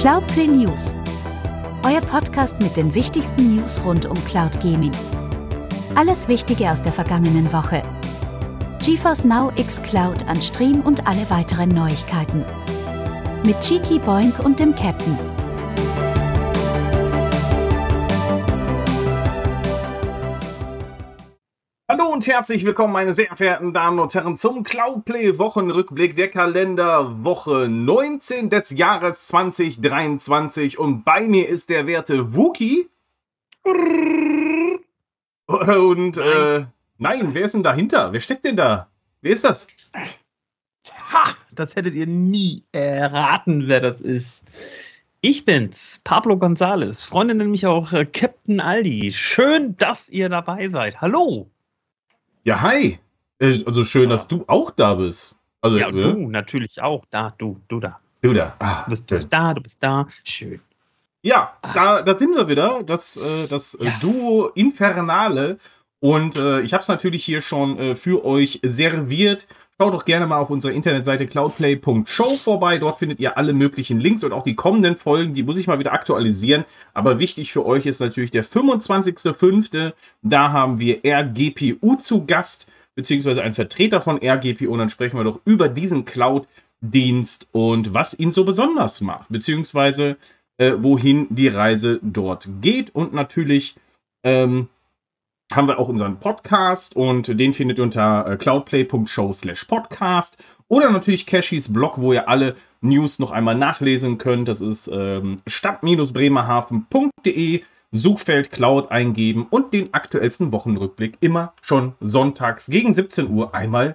Cloudplay News. Euer Podcast mit den wichtigsten News rund um Cloud Gaming. Alles Wichtige aus der vergangenen Woche. GeForce Now X Cloud an Stream und alle weiteren Neuigkeiten. Mit Cheeky Boink und dem Captain. Hallo und herzlich willkommen, meine sehr verehrten Damen und Herren, zum Cloudplay-Wochenrückblick der Kalenderwoche 19 des Jahres 2023. Und bei mir ist der werte Wookie. Und, nein, wer ist denn dahinter? Wer steckt denn da? Wer ist das? Ha! Das hättet ihr nie erraten, wer das ist. Ich bin's, Pablo González. Freunde nennen mich auch Captain Aldi. Schön, dass ihr dabei seid. Hallo! Ja, hi. Also schön, dass du auch da bist. Also, ja, du natürlich auch. Da, du da. Du da. Ah, du bist da. Schön. Ja, da sind wir wieder. Das Duo Infernale. Und ich habe es natürlich hier schon für euch serviert. Schaut doch gerne mal auf unserer Internetseite cloudplay.show vorbei. Dort findet ihr alle möglichen Links und auch die kommenden Folgen. Die muss ich mal wieder aktualisieren. Aber wichtig für euch ist natürlich der 25.05. Da haben wir RGPU zu Gast, beziehungsweise ein Vertreter von RGPU. Und dann sprechen wir doch über diesen Cloud-Dienst und was ihn so besonders macht, beziehungsweise wohin die Reise dort geht. Und natürlich haben wir auch unseren Podcast und den findet ihr unter cloudplay.show/podcast oder natürlich Cashys Blog, wo ihr alle News noch einmal nachlesen könnt. Das ist stadt-bremerhaven.de, Suchfeld Cloud eingeben und den aktuellsten Wochenrückblick immer schon sonntags gegen 17 Uhr einmal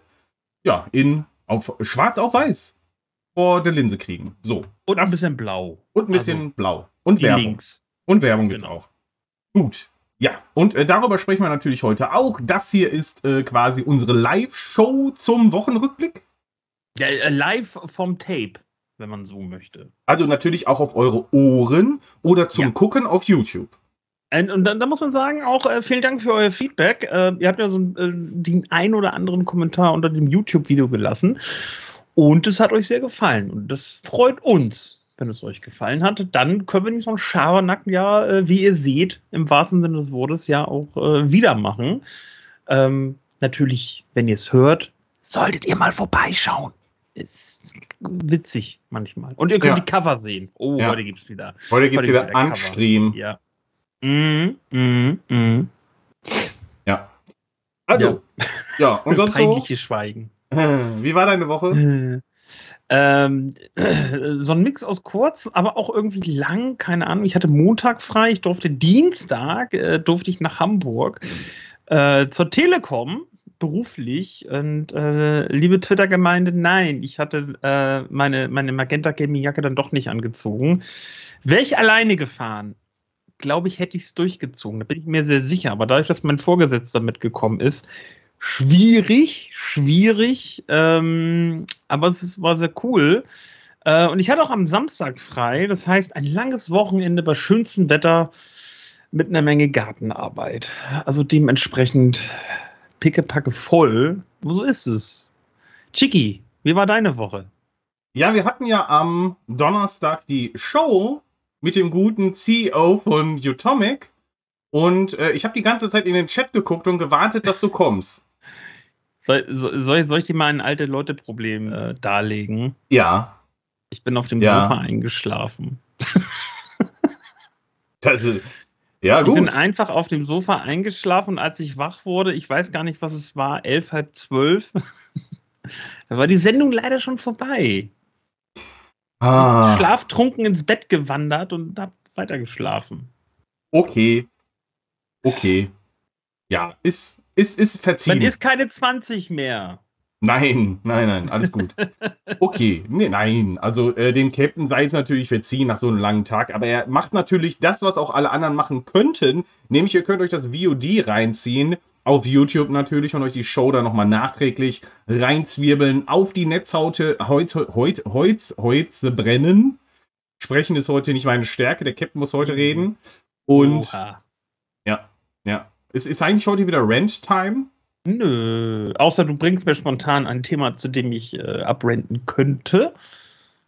auf schwarz auf weiß vor der Linse kriegen. So. Und ein bisschen blau. Und ein bisschen blau. Und Werbung. Links. Und Werbung gibt's auch. Gut. Ja, und darüber sprechen wir natürlich heute auch. Das hier ist quasi unsere Live-Show zum Wochenrückblick. Ja, live vom Tape, wenn man so möchte. Also natürlich auch auf eure Ohren oder zum Gucken auf YouTube. Und da muss man sagen, auch vielen Dank für euer Feedback. Ihr habt ja so den ein oder anderen Kommentar unter dem YouTube-Video gelassen. Und es hat euch sehr gefallen. Und das freut uns. Wenn es euch gefallen hat, dann können wir nicht so einen Schabernack, wie ihr seht, im wahrsten Sinne des Wortes, auch wieder machen. Natürlich, wenn ihr es hört, solltet ihr mal vorbeischauen. Ist witzig manchmal. Und ihr könnt die Cover sehen. Oh, heute gibt es wieder. Heute gibt es wieder Anstream. Ja. Ja. Also, und sonst peinliches Schweigen. Wie war deine Woche? So ein Mix aus kurz, aber auch irgendwie lang, keine Ahnung. Ich hatte Montag frei, ich durfte Dienstag nach Hamburg zur Telekom beruflich und liebe Twitter-Gemeinde, nein, ich hatte meine Magenta Gaming-Jacke dann doch nicht angezogen. Wäre ich alleine gefahren, glaube ich, hätte ich es durchgezogen. Da bin ich mir sehr sicher, aber dadurch, dass mein Vorgesetzter mitgekommen ist, schwierig, aber es war sehr cool. Und ich hatte auch am Samstag frei, das heißt ein langes Wochenende bei schönstem Wetter mit einer Menge Gartenarbeit. Also dementsprechend pickepacke voll. So ist es. Chicky, wie war deine Woche? Ja, wir hatten ja am Donnerstag die Show mit dem guten CEO von Utomic und ich habe die ganze Zeit in den Chat geguckt und gewartet, dass du kommst. Soll ich dir mal ein Alte-Leute-Problem darlegen? Ja. Ich bin auf dem Sofa eingeschlafen. Gut. Ich bin einfach auf dem Sofa eingeschlafen und als ich wach wurde, ich weiß gar nicht, was es war, 11, halb 12, da war die Sendung leider schon vorbei. Schlaftrunken ins Bett gewandert und hab weitergeschlafen. Okay. Ja, ist verziehen. Dann ist keine 20 mehr. Nein, alles gut. Okay, nein, also dem Captain sei es natürlich verziehen nach so einem langen Tag, aber er macht natürlich das, was auch alle anderen machen könnten, nämlich ihr könnt euch das VOD reinziehen, auf YouTube natürlich und euch die Show dann nochmal nachträglich reinzwirbeln, auf die Netzhaute Holz brennen. Sprechen ist heute nicht meine Stärke, der Captain muss heute reden. Und ja. Es ist eigentlich heute wieder Rant-Time. Nö, außer du bringst mir spontan ein Thema, zu dem ich abrenten könnte.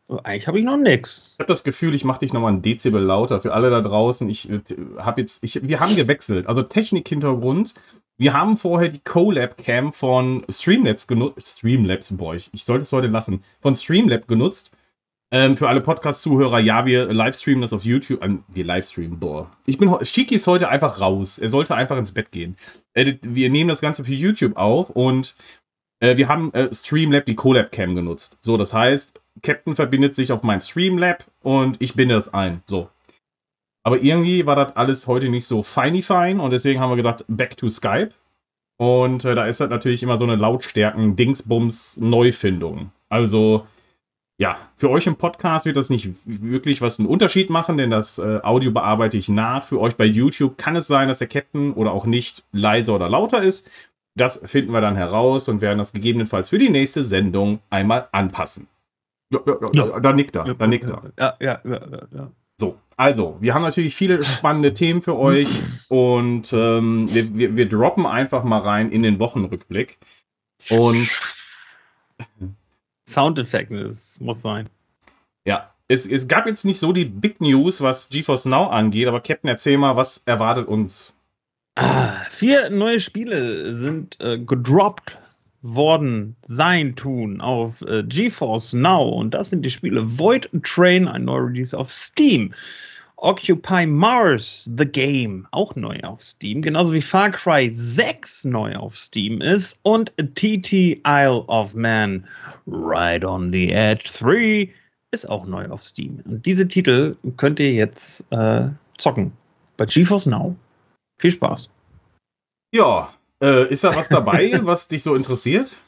Eigentlich habe ich noch nichts. Ich habe das Gefühl, ich mache dich nochmal ein Dezibel lauter für alle da draußen. Wir haben gewechselt. Also Technik-Hintergrund. Wir haben vorher die Colab-Cam von Streamlabs genutzt. Streamlabs, boah, ich sollte es heute lassen. Von Streamlab genutzt. Für alle Podcast-Zuhörer, ja, wir livestreamen das auf YouTube. Wir livestreamen, boah. Shiki ist heute einfach raus. Er sollte einfach ins Bett gehen. Wir nehmen das Ganze für YouTube auf und wir haben Streamlab, die Colab-Cam genutzt. So, das heißt, Captain verbindet sich auf mein Streamlab und ich binde das ein. So. Aber irgendwie war das alles heute nicht so fein und deswegen haben wir gedacht, back to Skype. Und da ist halt natürlich immer so eine Lautstärken-Dingsbums-Neufindung. Also, ja, für euch im Podcast wird das nicht wirklich was einen Unterschied machen, denn das Audio bearbeite ich nach. Für euch bei YouTube kann es sein, dass der Captain oder auch nicht leiser oder lauter ist. Das finden wir dann heraus und werden das gegebenenfalls für die nächste Sendung einmal anpassen. Ja. Da nickt er. Ja. So, also, wir haben natürlich viele spannende Themen für euch und wir droppen einfach mal rein in den Wochenrückblick. Und Soundeffekte, das muss sein. Ja, es gab jetzt nicht so die Big News, was GeForce Now angeht, aber Captain, erzähl mal, was erwartet uns? 4 neue Spiele sind gedroppt worden tun auf GeForce Now und das sind die Spiele Void Train, ein neuer Release auf Steam, Occupy Mars, The Game, auch neu auf Steam, genauso wie Far Cry 6 neu auf Steam ist und TT Isle of Man, Right on the Edge 3 ist auch neu auf Steam. Und diese Titel könnt ihr jetzt zocken bei GeForce Now. Viel Spaß. Ja, ist da was dabei, was dich so interessiert?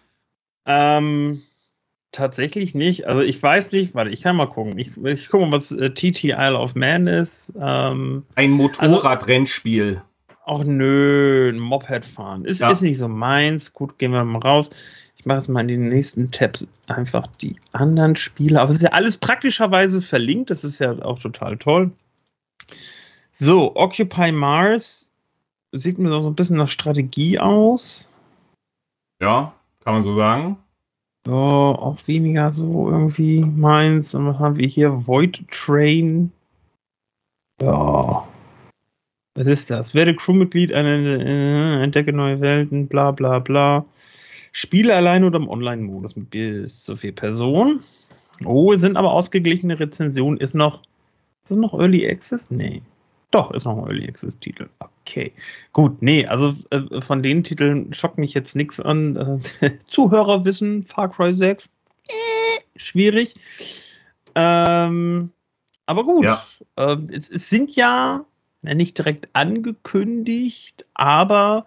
Tatsächlich nicht. Also ich weiß nicht, warte, ich kann mal gucken. Ich gucke mal, was TT Isle of Man ist. Ein Motorradrennspiel. Ach nö, ein Moped fahren. Ist nicht so meins. Gut, gehen wir mal raus. Ich mache jetzt mal in den nächsten Tabs einfach die anderen Spiele. Aber es ist ja alles praktischerweise verlinkt. Das ist ja auch total toll. So, Occupy Mars sieht mir so ein bisschen nach Strategie aus. Ja, kann man so sagen. Ja, auch weniger so irgendwie meins. Und was haben wir hier? Void Train. Ja. Was ist das? Werde Crewmitglied, entdecke neue Welten, bla bla bla. Spiele allein oder im Online-Modus mit bis zu 4 Personen. Oh, es sind aber ausgeglichene Rezensionen. Ist das noch Early Access? Nee. Doch, ist noch ein Early Access-Titel. Okay. Gut, nee, also von den Titeln schockt mich jetzt nichts an. Zuhörer wissen, Far Cry 6, schwierig. Aber gut. Ja. Es sind ja nicht direkt angekündigt, aber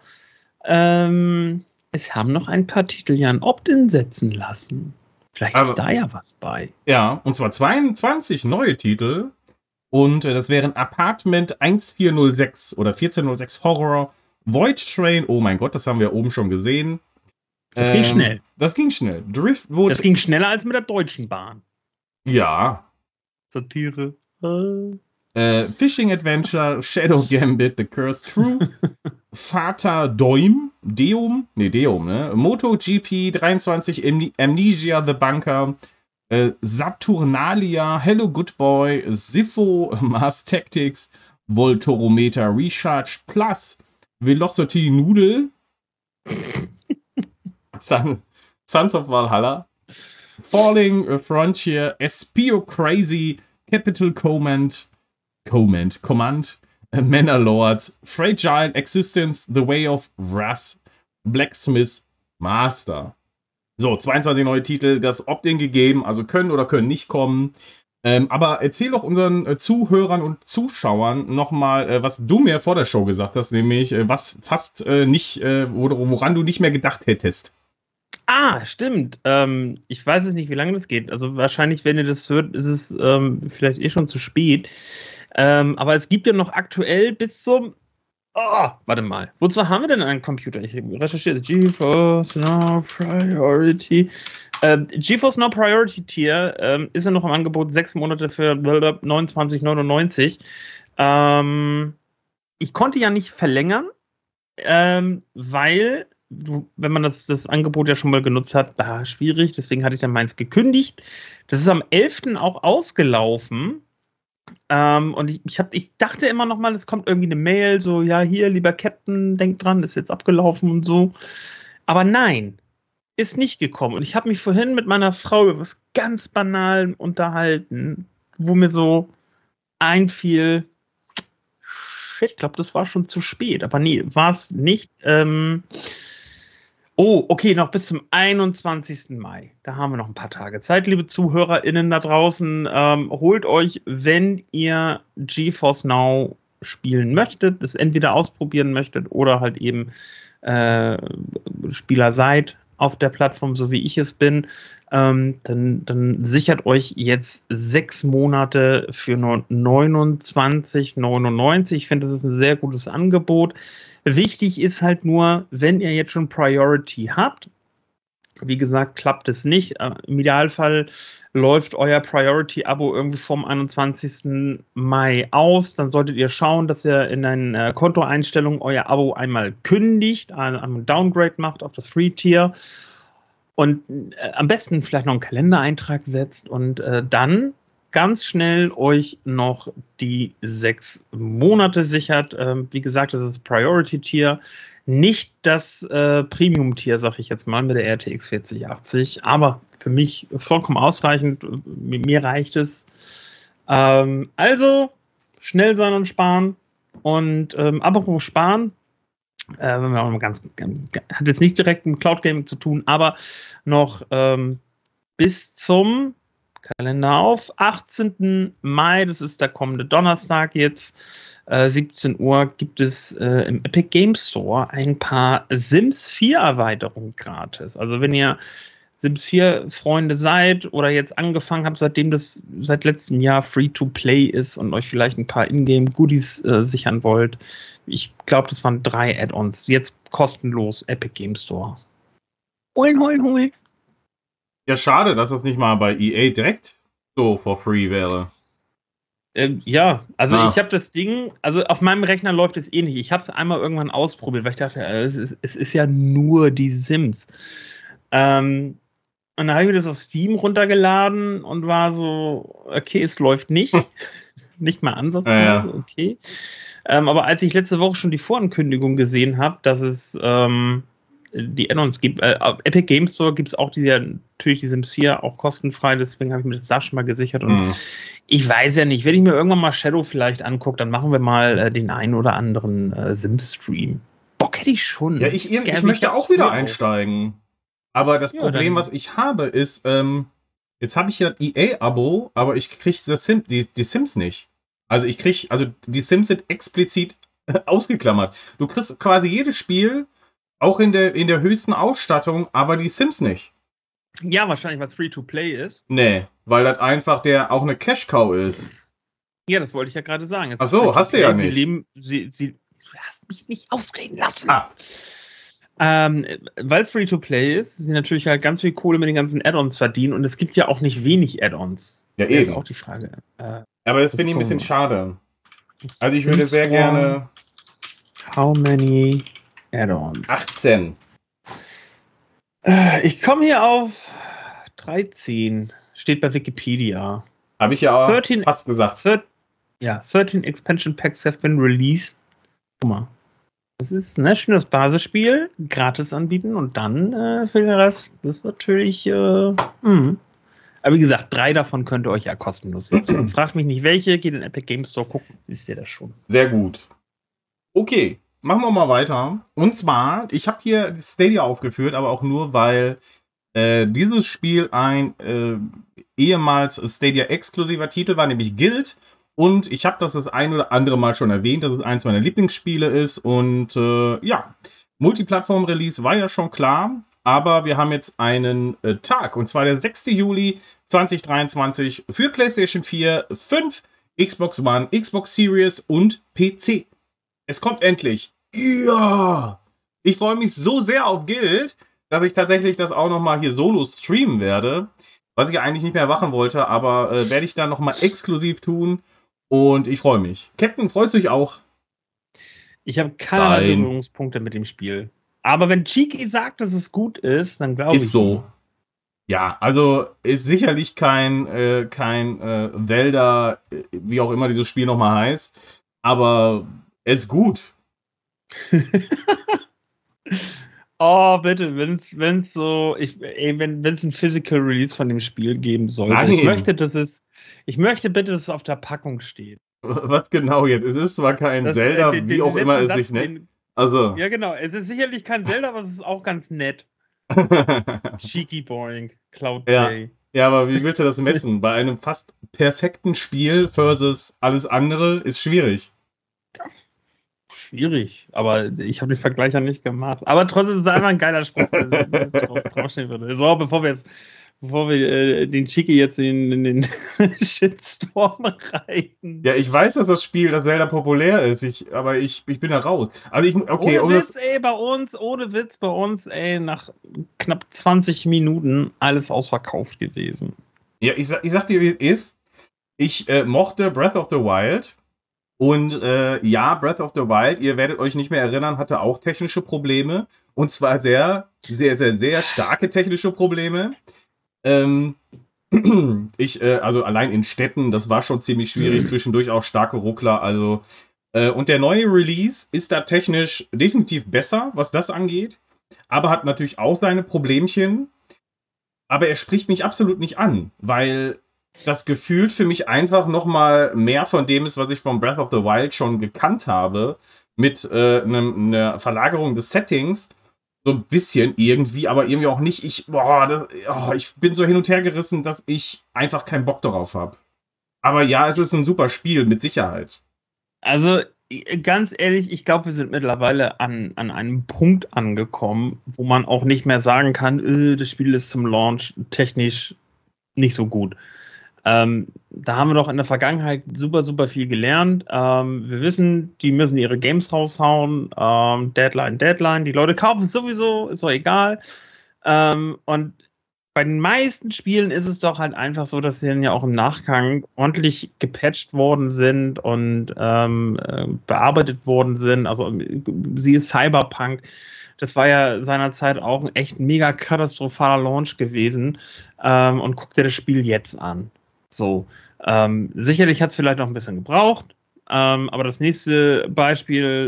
es haben noch ein paar Titel ja ein Opt-in setzen lassen. Vielleicht ist da ja was bei. Ja, und zwar 22 neue Titel. Und das wären Apartment 1406 oder 1406 Horror, Void Train, oh mein Gott, das haben wir oben schon gesehen. Das ging schnell. Das ging schnell. Driftwood. Das ging schneller als mit der Deutschen Bahn. Ja. Satire. Fishing Adventure, Shadow Gambit, The Cursed Crew, Fata Deum, ne? MotoGP 23, Amnesia, The Bunker, Saturnalia, Hello Good Boy, Siffo, Mars Tactics, Voltorometer Recharge Plus, Velocity Noodle, Sons of Valhalla, Falling Frontier, Espio Crazy, Capital Command, Manor-Lords, Fragile Existence, The Way of Wrath, Blacksmith Master. So, 22 neue Titel, das Opt-in gegeben, also können oder können nicht kommen. Aber erzähl doch unseren Zuhörern und Zuschauern nochmal, was du mir vor der Show gesagt hast, nämlich was fast nicht, woran du nicht mehr gedacht hättest. Stimmt. Ich weiß jetzt nicht, wie lange das geht. Also wahrscheinlich, wenn ihr das hört, ist es vielleicht schon zu spät. Aber es gibt ja noch aktuell bis zum... warte mal. Wozu haben wir denn einen Computer? Ich habe recherchiert. GeForce Now Priority. GeForce Now Priority Tier ist ja noch im Angebot. 6 Monate für 29,99. Ich konnte ja nicht verlängern, weil wenn man das Angebot ja schon mal genutzt hat, war schwierig, deswegen hatte ich dann meins gekündigt. Das ist am 11. auch ausgelaufen. Und ich dachte immer noch mal, es kommt irgendwie eine Mail, so, ja, hier, lieber Captain, denkt dran, ist jetzt abgelaufen und so. Aber nein, ist nicht gekommen. Und ich habe mich vorhin mit meiner Frau über was ganz Banalem unterhalten, wo mir so einfiel, shit, ich glaube, das war schon zu spät. Aber nee, war es nicht. Okay, noch bis zum 21. Mai. Da haben wir noch ein paar Tage Zeit, liebe ZuhörerInnen da draußen. Holt euch, wenn ihr GeForce Now spielen möchtet, es entweder ausprobieren möchtet oder halt eben Spieler seid auf der Plattform, so wie ich es bin, dann sichert euch jetzt 6 Monate für nur 29,99. Ich finde, das ist ein sehr gutes Angebot. Wichtig ist halt nur, wenn ihr jetzt schon Priority habt, wie gesagt, klappt es nicht. Im Idealfall läuft euer Priority-Abo irgendwie vom 21. Mai aus. Dann solltet ihr schauen, dass ihr in den Kontoeinstellungen euer Abo einmal kündigt, einen Downgrade macht auf das Free-Tier und am besten vielleicht noch einen Kalendereintrag setzt und dann ganz schnell euch noch die 6 Monate sichert. Wie gesagt, das ist Priority-Tier. Nicht das Premium-Tier, sag ich jetzt mal, mit der RTX 4080, aber für mich vollkommen ausreichend. Mir reicht es. Also schnell sein und sparen. Und apropos sparen, wenn wir auch mal hat jetzt nicht direkt mit Cloud Gaming zu tun, aber noch bis zum Kalender auf, 18. Mai, das ist der kommende Donnerstag jetzt, 17 Uhr, gibt es im Epic Game Store ein paar Sims 4 Erweiterungen gratis. Also wenn ihr Sims 4 Freunde seid oder jetzt angefangen habt, seitdem das seit letztem Jahr Free-to-Play ist und euch vielleicht ein paar Ingame-Goodies sichern wollt, ich glaube, das waren 3 Add-ons, jetzt kostenlos Epic Game Store. Holen. Ja, schade, dass das nicht mal bei EA direkt so for free wäre. Ja, also ich habe das Ding, also auf meinem Rechner läuft es eh nicht. Ich habe es einmal irgendwann ausprobiert, weil ich dachte, es ist ja nur die Sims. Und dann habe ich mir das auf Steam runtergeladen und war so, okay, es läuft nicht. Nicht mal ansatzweise, okay. Aber als ich letzte Woche schon die Vorankündigung gesehen habe, dass es die Add-ons gibt. Auf Epic Game Store gibt es auch natürlich die Sims 4 auch kostenfrei, deswegen habe ich mir das da schon mal gesichert. Und ich weiß ja nicht, wenn ich mir irgendwann mal Shadow vielleicht angucke, dann machen wir mal den einen oder anderen Sims-Stream. Bock hätte ich schon. Ja, ich möchte auch wieder einsteigen. Aber das Problem, was ich habe, ist, jetzt habe ich ja EA-Abo, aber ich kriege die Sims nicht. Also die Sims sind explizit ausgeklammert. Du kriegst quasi jedes Spiel auch in der höchsten Ausstattung, aber die Sims nicht. Ja, wahrscheinlich, weil es Free-to-Play ist. Nee, weil das einfach auch eine Cash-Cow ist. Ja, das wollte ich ja gerade sagen. Ach so, hast du ja nicht. Du hast mich nicht ausreden lassen. Weil es Free-to-Play ist, sie natürlich halt ganz viel Kohle mit den ganzen Add-ons verdienen und es gibt ja auch nicht wenig Add-ons. Ja, eben. Das ist auch die Frage. Aber das finde ich ein bisschen schade. Also ich würde sehr gerne... How many Add-ons? 18. Ich komme hier auf 13. Steht bei Wikipedia. Habe ich ja auch fast gesagt. 13 Expansion Packs have been released. Guck mal. Das ist ein schönes Basisspiel, gratis anbieten und dann für den Rest, das ist natürlich. Aber wie gesagt, 3 davon könnt ihr euch ja kostenlos setzen. Fragt mich nicht welche, geht in den Epic Game Store gucken, wisst ihr das schon. Sehr gut. Okay, machen wir mal weiter. Und zwar, ich habe hier Stadia aufgeführt, aber auch nur, weil dieses Spiel ein ehemals Stadia-exklusiver Titel war, nämlich Guild. Und ich habe das ein oder andere Mal schon erwähnt, dass es eins meiner Lieblingsspiele ist. Und Multiplattform-Release war ja schon klar. Aber wir haben jetzt einen Tag, und zwar der 6. Juli 2023 für PlayStation 4, 5, Xbox One, Xbox Series und PC. Es kommt endlich. Ja! Ich freue mich so sehr auf Guild, dass ich tatsächlich das auch nochmal hier solo streamen werde. Was ich eigentlich nicht mehr machen wollte, aber werde ich dann nochmal exklusiv tun. Und ich freue mich. Captain, freust du dich auch? Ich habe keine Berührungspunkte mit dem Spiel. Aber wenn Cheeky sagt, dass es gut ist, dann glaube ich. Ist so. Ja, also ist sicherlich kein Zelda, wie auch immer dieses Spiel nochmal heißt, aber es ist gut. Oh, bitte, wenn es so, wenn es ein Physical Release von dem Spiel geben sollte. Nein. Ich möchte bitte, dass es auf der Packung steht. Was genau jetzt? Es ist zwar kein Zelda, wie auch immer es sich nennt. Also. Ja, genau. Es ist sicherlich kein Zelda, aber es ist auch ganz nett. Cheeky Boing, Cloud Play. Ja, aber wie willst du das messen? Bei einem fast perfekten Spiel versus alles andere ist schwierig. Ja, schwierig, aber ich habe den Vergleich ja nicht gemacht. Aber trotzdem ist es einfach ein geiler Spruch, der draufstehen würde. So, bevor wir den Cheeky jetzt in den Shitstorm reiten. Ja, ich weiß, dass das Spiel, das Zelda populär ist, aber ich bin da raus. Also okay, ohne Witz, bei uns, nach knapp 20 Minuten alles ausverkauft gewesen. Ja, ich sag dir, wie es ist. Ich mochte Breath of the Wild. Und ja, Breath of the Wild, ihr werdet euch nicht mehr erinnern, hatte auch technische Probleme. Und zwar sehr, sehr, sehr, sehr starke technische Probleme. Also allein in Städten, das war schon ziemlich schwierig, zwischendurch auch starke Ruckler, also und der neue Release ist da technisch definitiv besser, was das angeht, aber hat natürlich auch seine Problemchen, aber er spricht mich absolut nicht an, weil das gefühlt für mich einfach nochmal mehr von dem ist, was ich von Breath of the Wild schon gekannt habe, mit einer Verlagerung des Settings. So ein bisschen irgendwie, aber irgendwie auch nicht. Ich bin so hin und her gerissen, dass ich einfach keinen Bock darauf habe. Aber ja, es ist ein super Spiel, mit Sicherheit. Also, ganz ehrlich, ich glaube, wir sind mittlerweile an einem Punkt angekommen, wo man auch nicht mehr sagen kann, das Spiel ist zum Launch technisch nicht so gut. Da haben wir doch in der Vergangenheit super, super viel gelernt. Wir wissen, die müssen ihre Games raushauen. Deadline. Die Leute kaufen es sowieso, ist doch egal. Und bei den meisten Spielen ist es doch halt einfach so, dass sie dann ja auch im Nachgang ordentlich gepatcht worden sind und bearbeitet worden sind. Also sie ist Cyberpunk. Das war ja seinerzeit auch ein echt mega katastrophaler Launch gewesen. Und guck dir das Spiel jetzt an. So, sicherlich hat es vielleicht noch ein bisschen gebraucht, aber das nächste Beispiel,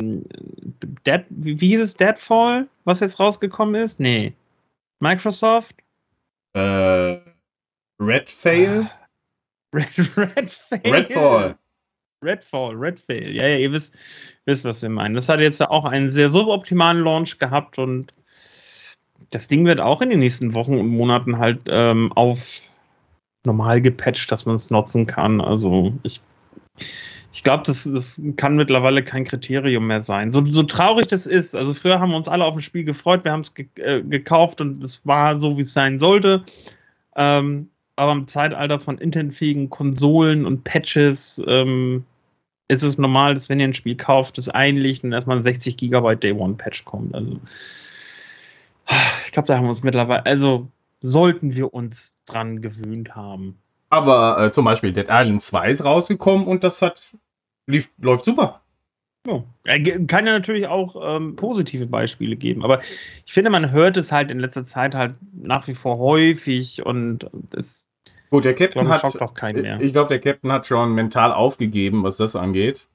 wie hieß es, Deadfall, was jetzt rausgekommen ist? Nee. Microsoft? Redfall? Redfall. Ja, ihr wisst, was wir meinen. Das hat jetzt auch einen sehr suboptimalen Launch gehabt und das Ding wird auch in den nächsten Wochen und Monaten halt auf normal gepatcht, dass man es nutzen kann. Also ich glaube, das kann mittlerweile kein Kriterium mehr sein. So traurig das ist. Also früher haben wir uns alle auf ein Spiel gefreut, wir haben es gekauft und es war so, wie es sein sollte. Aber im Zeitalter von internetfähigen Konsolen und Patches ist es normal, dass wenn ihr ein Spiel kauft, das einlegt und erstmal ein 60 GB Day One Patch kommt. Also ich glaube, da haben wir uns mittlerweile, also sollten wir uns dran gewöhnt haben. Aber zum Beispiel Dead Island 2 ist rausgekommen und das läuft super. Ja. Kann ja natürlich auch positive Beispiele geben, aber ich finde, man hört es halt in letzter Zeit halt nach wie vor häufig und das gut, der Captain schockt auch keinen mehr. Ich glaube, der Captain hat schon mental aufgegeben, was das angeht.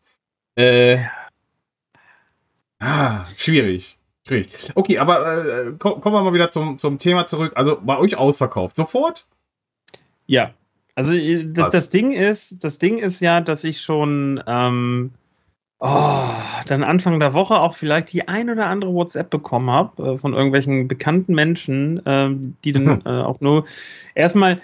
Schwierig. Okay, aber kommen wir mal wieder zum Thema zurück. Also bei euch ausverkauft. Sofort? Ja. Also das Ding ist ja, dass ich schon dann Anfang der Woche auch vielleicht die ein oder andere WhatsApp bekommen habe von irgendwelchen bekannten Menschen, die dann auch nur erstmal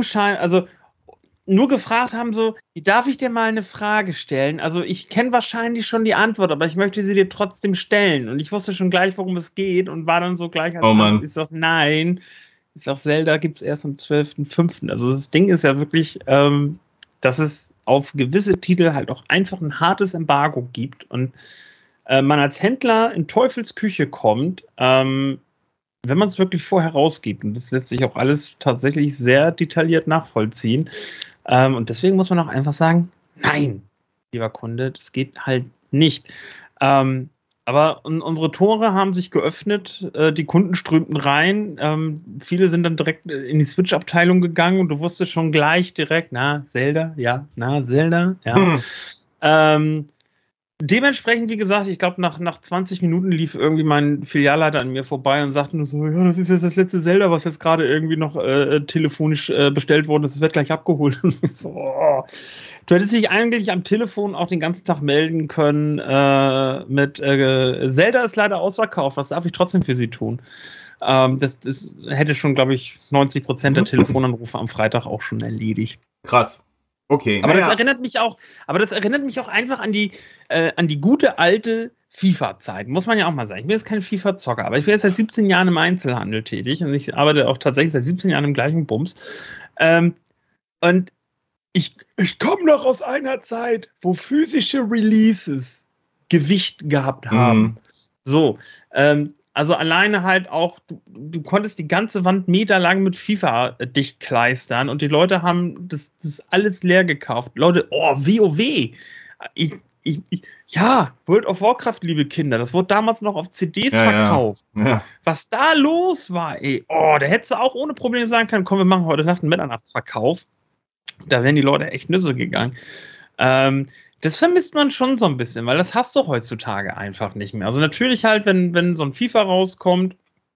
nur gefragt haben, so, darf ich dir mal eine Frage stellen? Also ich kenne wahrscheinlich schon die Antwort, aber ich möchte sie dir trotzdem stellen. Und ich wusste schon gleich, worum es geht und war dann so gleich als Mann. Ich sag, nein. Ich sag, Zelda gibt es erst am 12.05. Also das Ding ist ja wirklich, dass es auf gewisse Titel halt auch einfach ein hartes Embargo gibt und man als Händler in Teufels Küche kommt, wenn man es wirklich vorher rausgibt. Und das lässt sich auch alles tatsächlich sehr detailliert nachvollziehen. Und deswegen muss man auch einfach sagen, nein, lieber Kunde, das geht halt nicht. Aber unsere Tore haben sich geöffnet, die Kunden strömten rein, viele sind dann direkt in die Switch-Abteilung gegangen und du wusstest schon gleich direkt, na, Zelda, ja, ja. Dementsprechend, wie gesagt, ich glaube, nach 20 Minuten lief irgendwie mein Filialleiter an mir vorbei und sagte nur so, ja, das ist jetzt das letzte Zelda, was jetzt gerade irgendwie noch telefonisch bestellt worden ist, das wird gleich abgeholt. So, oh. Du hättest dich eigentlich am Telefon auch den ganzen Tag melden können mit Zelda ist leider ausverkauft, was darf ich trotzdem für Sie tun? Das hätte schon, glaube ich, 90% der Telefonanrufe am Freitag auch schon erledigt. Krass. Okay. Aber das erinnert mich auch einfach an die gute alte FIFA-Zeit. Muss man ja auch mal sagen. Ich bin jetzt kein FIFA-Zocker, aber ich bin jetzt seit 17 Jahren im Einzelhandel tätig und ich arbeite auch tatsächlich seit 17 Jahren im gleichen Bums. Und ich komme noch aus einer Zeit, wo physische Releases Gewicht gehabt haben. So, also alleine halt auch, du konntest die ganze Wand meterlang mit FIFA dicht kleistern und die Leute haben das alles leer gekauft. Leute, WoW. Ja, World of Warcraft, liebe Kinder, das wurde damals noch auf CDs verkauft. Ja. Was da los war, da hättest du auch ohne Probleme sagen können, komm, wir machen heute Nacht einen Mitternachtsverkauf. Da wären die Leute echt Nüsse gegangen. Das vermisst man schon so ein bisschen, weil das hast du heutzutage einfach nicht mehr. Also natürlich halt, wenn so ein FIFA rauskommt,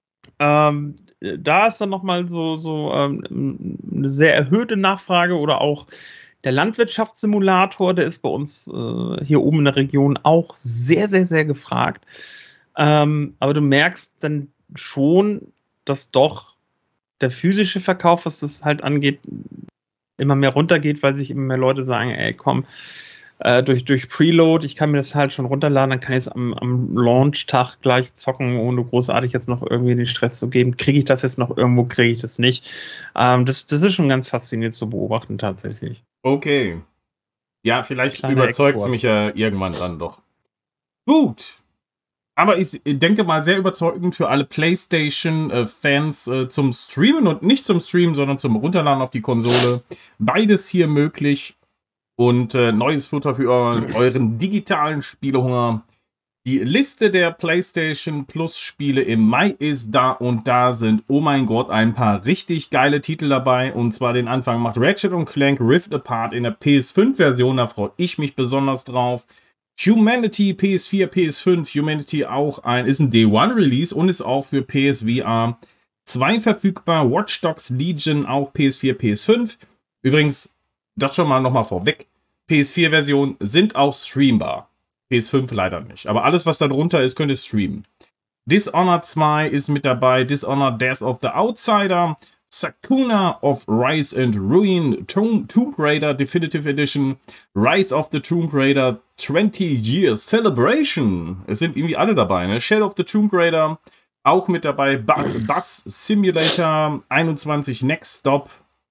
da ist dann nochmal so eine sehr erhöhte Nachfrage oder auch der Landwirtschaftssimulator, der ist bei uns hier oben in der Region auch sehr, sehr, sehr gefragt. Aber du merkst dann schon, dass doch der physische Verkauf, was das halt angeht, immer mehr runtergeht, weil sich immer mehr Leute sagen, ey, komm, durch Preload, ich kann mir das halt schon runterladen, dann kann ich es am Launch-Tag gleich zocken, ohne großartig jetzt noch irgendwie den Stress zu geben. Kriege ich das jetzt noch irgendwo, kriege ich das nicht? Das ist schon ganz faszinierend zu beobachten tatsächlich. Okay. Ja, vielleicht überzeugt es mich ja irgendwann dann doch. Gut. Aber ich denke mal sehr überzeugend für alle PlayStation-Fans zum Streamen und nicht zum Streamen, sondern zum Runterladen auf die Konsole. Beides hier möglich. Und neues Futter für euren digitalen Spielehunger. Die Liste der PlayStation Plus Spiele im Mai ist da und da sind, oh mein Gott, ein paar richtig geile Titel dabei. Und zwar den Anfang macht Ratchet & Clank Rift Apart in der PS5-Version, da freue ich mich besonders drauf. Humanity PS4, PS5, Humanity auch ist ein Day-One-Release und ist auch für PSVR 2 verfügbar. Watch Dogs Legion auch PS4, PS5. Übrigens, das schon mal nochmal vorweg. PS4-Versionen sind auch streambar. PS5 leider nicht. Aber alles, was da drunter ist, könnt ihr streamen. Dishonored 2 ist mit dabei. Dishonored Death of the Outsider. Sakuna of Rise and Ruin. Tomb Raider Definitive Edition. Rise of the Tomb Raider 20 Years Celebration. Es sind irgendwie alle dabei, ne? Shadow of the Tomb Raider auch mit dabei. Bus Simulator 21 Next Stop.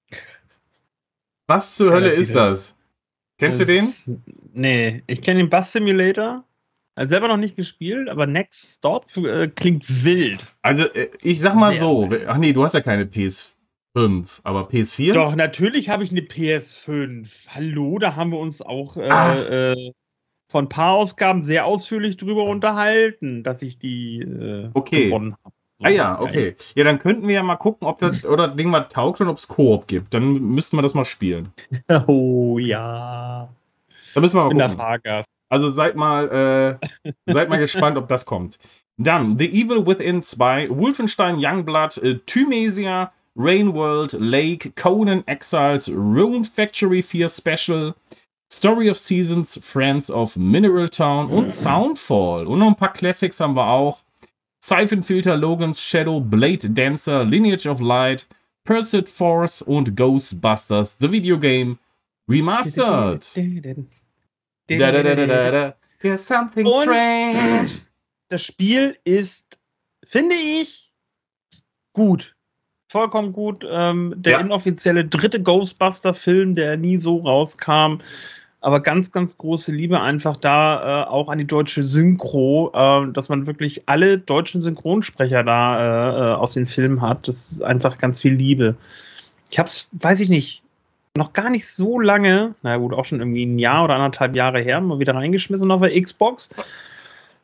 Was zur Hölle ist das? Kennst du den? Nee, ich kenne den Bus Simulator. Also selber noch nicht gespielt, aber Next Stop klingt wild. Also ich sag mal so, ach nee, du hast ja keine PS5, aber PS4? Doch, natürlich habe ich eine PS5. Hallo, da haben wir uns auch von ein paar Ausgaben sehr ausführlich drüber unterhalten, dass ich die gewonnen habe. So, okay. Ja, dann könnten wir ja mal gucken, ob das Ding mal taugt und ob es Koop gibt. Dann müssten wir das mal spielen. Oh ja. Da müssen wir mal gucken. In der Fahrgast. Also seid mal gespannt, ob das kommt. Dann The Evil Within 2, Wolfenstein Youngblood, Thymesia, Rainworld, Lake, Conan Exiles, Rune Factory 4 Special, Story of Seasons, Friends of Mineral Town und Soundfall. Und noch ein paar Classics haben wir auch. Siphon Filter, Logan's Shadow, Blade Dancer, Lineage of Light, Pursuit Force und Ghostbusters, The Video Game Remastered. There's something strange. Das Spiel ist, finde ich, gut. Vollkommen gut. Der inoffizielle dritte Ghostbuster-Film, der nie so rauskam. Aber ganz, ganz große Liebe einfach da auch an die deutsche Synchro, dass man wirklich alle deutschen Synchronsprecher da aus den Filmen hat. Das ist einfach ganz viel Liebe. Ich hab's, weiß ich nicht, noch gar nicht so lange, na gut, auch schon irgendwie ein Jahr oder 1,5 Jahre her, mal wieder reingeschmissen auf der Xbox.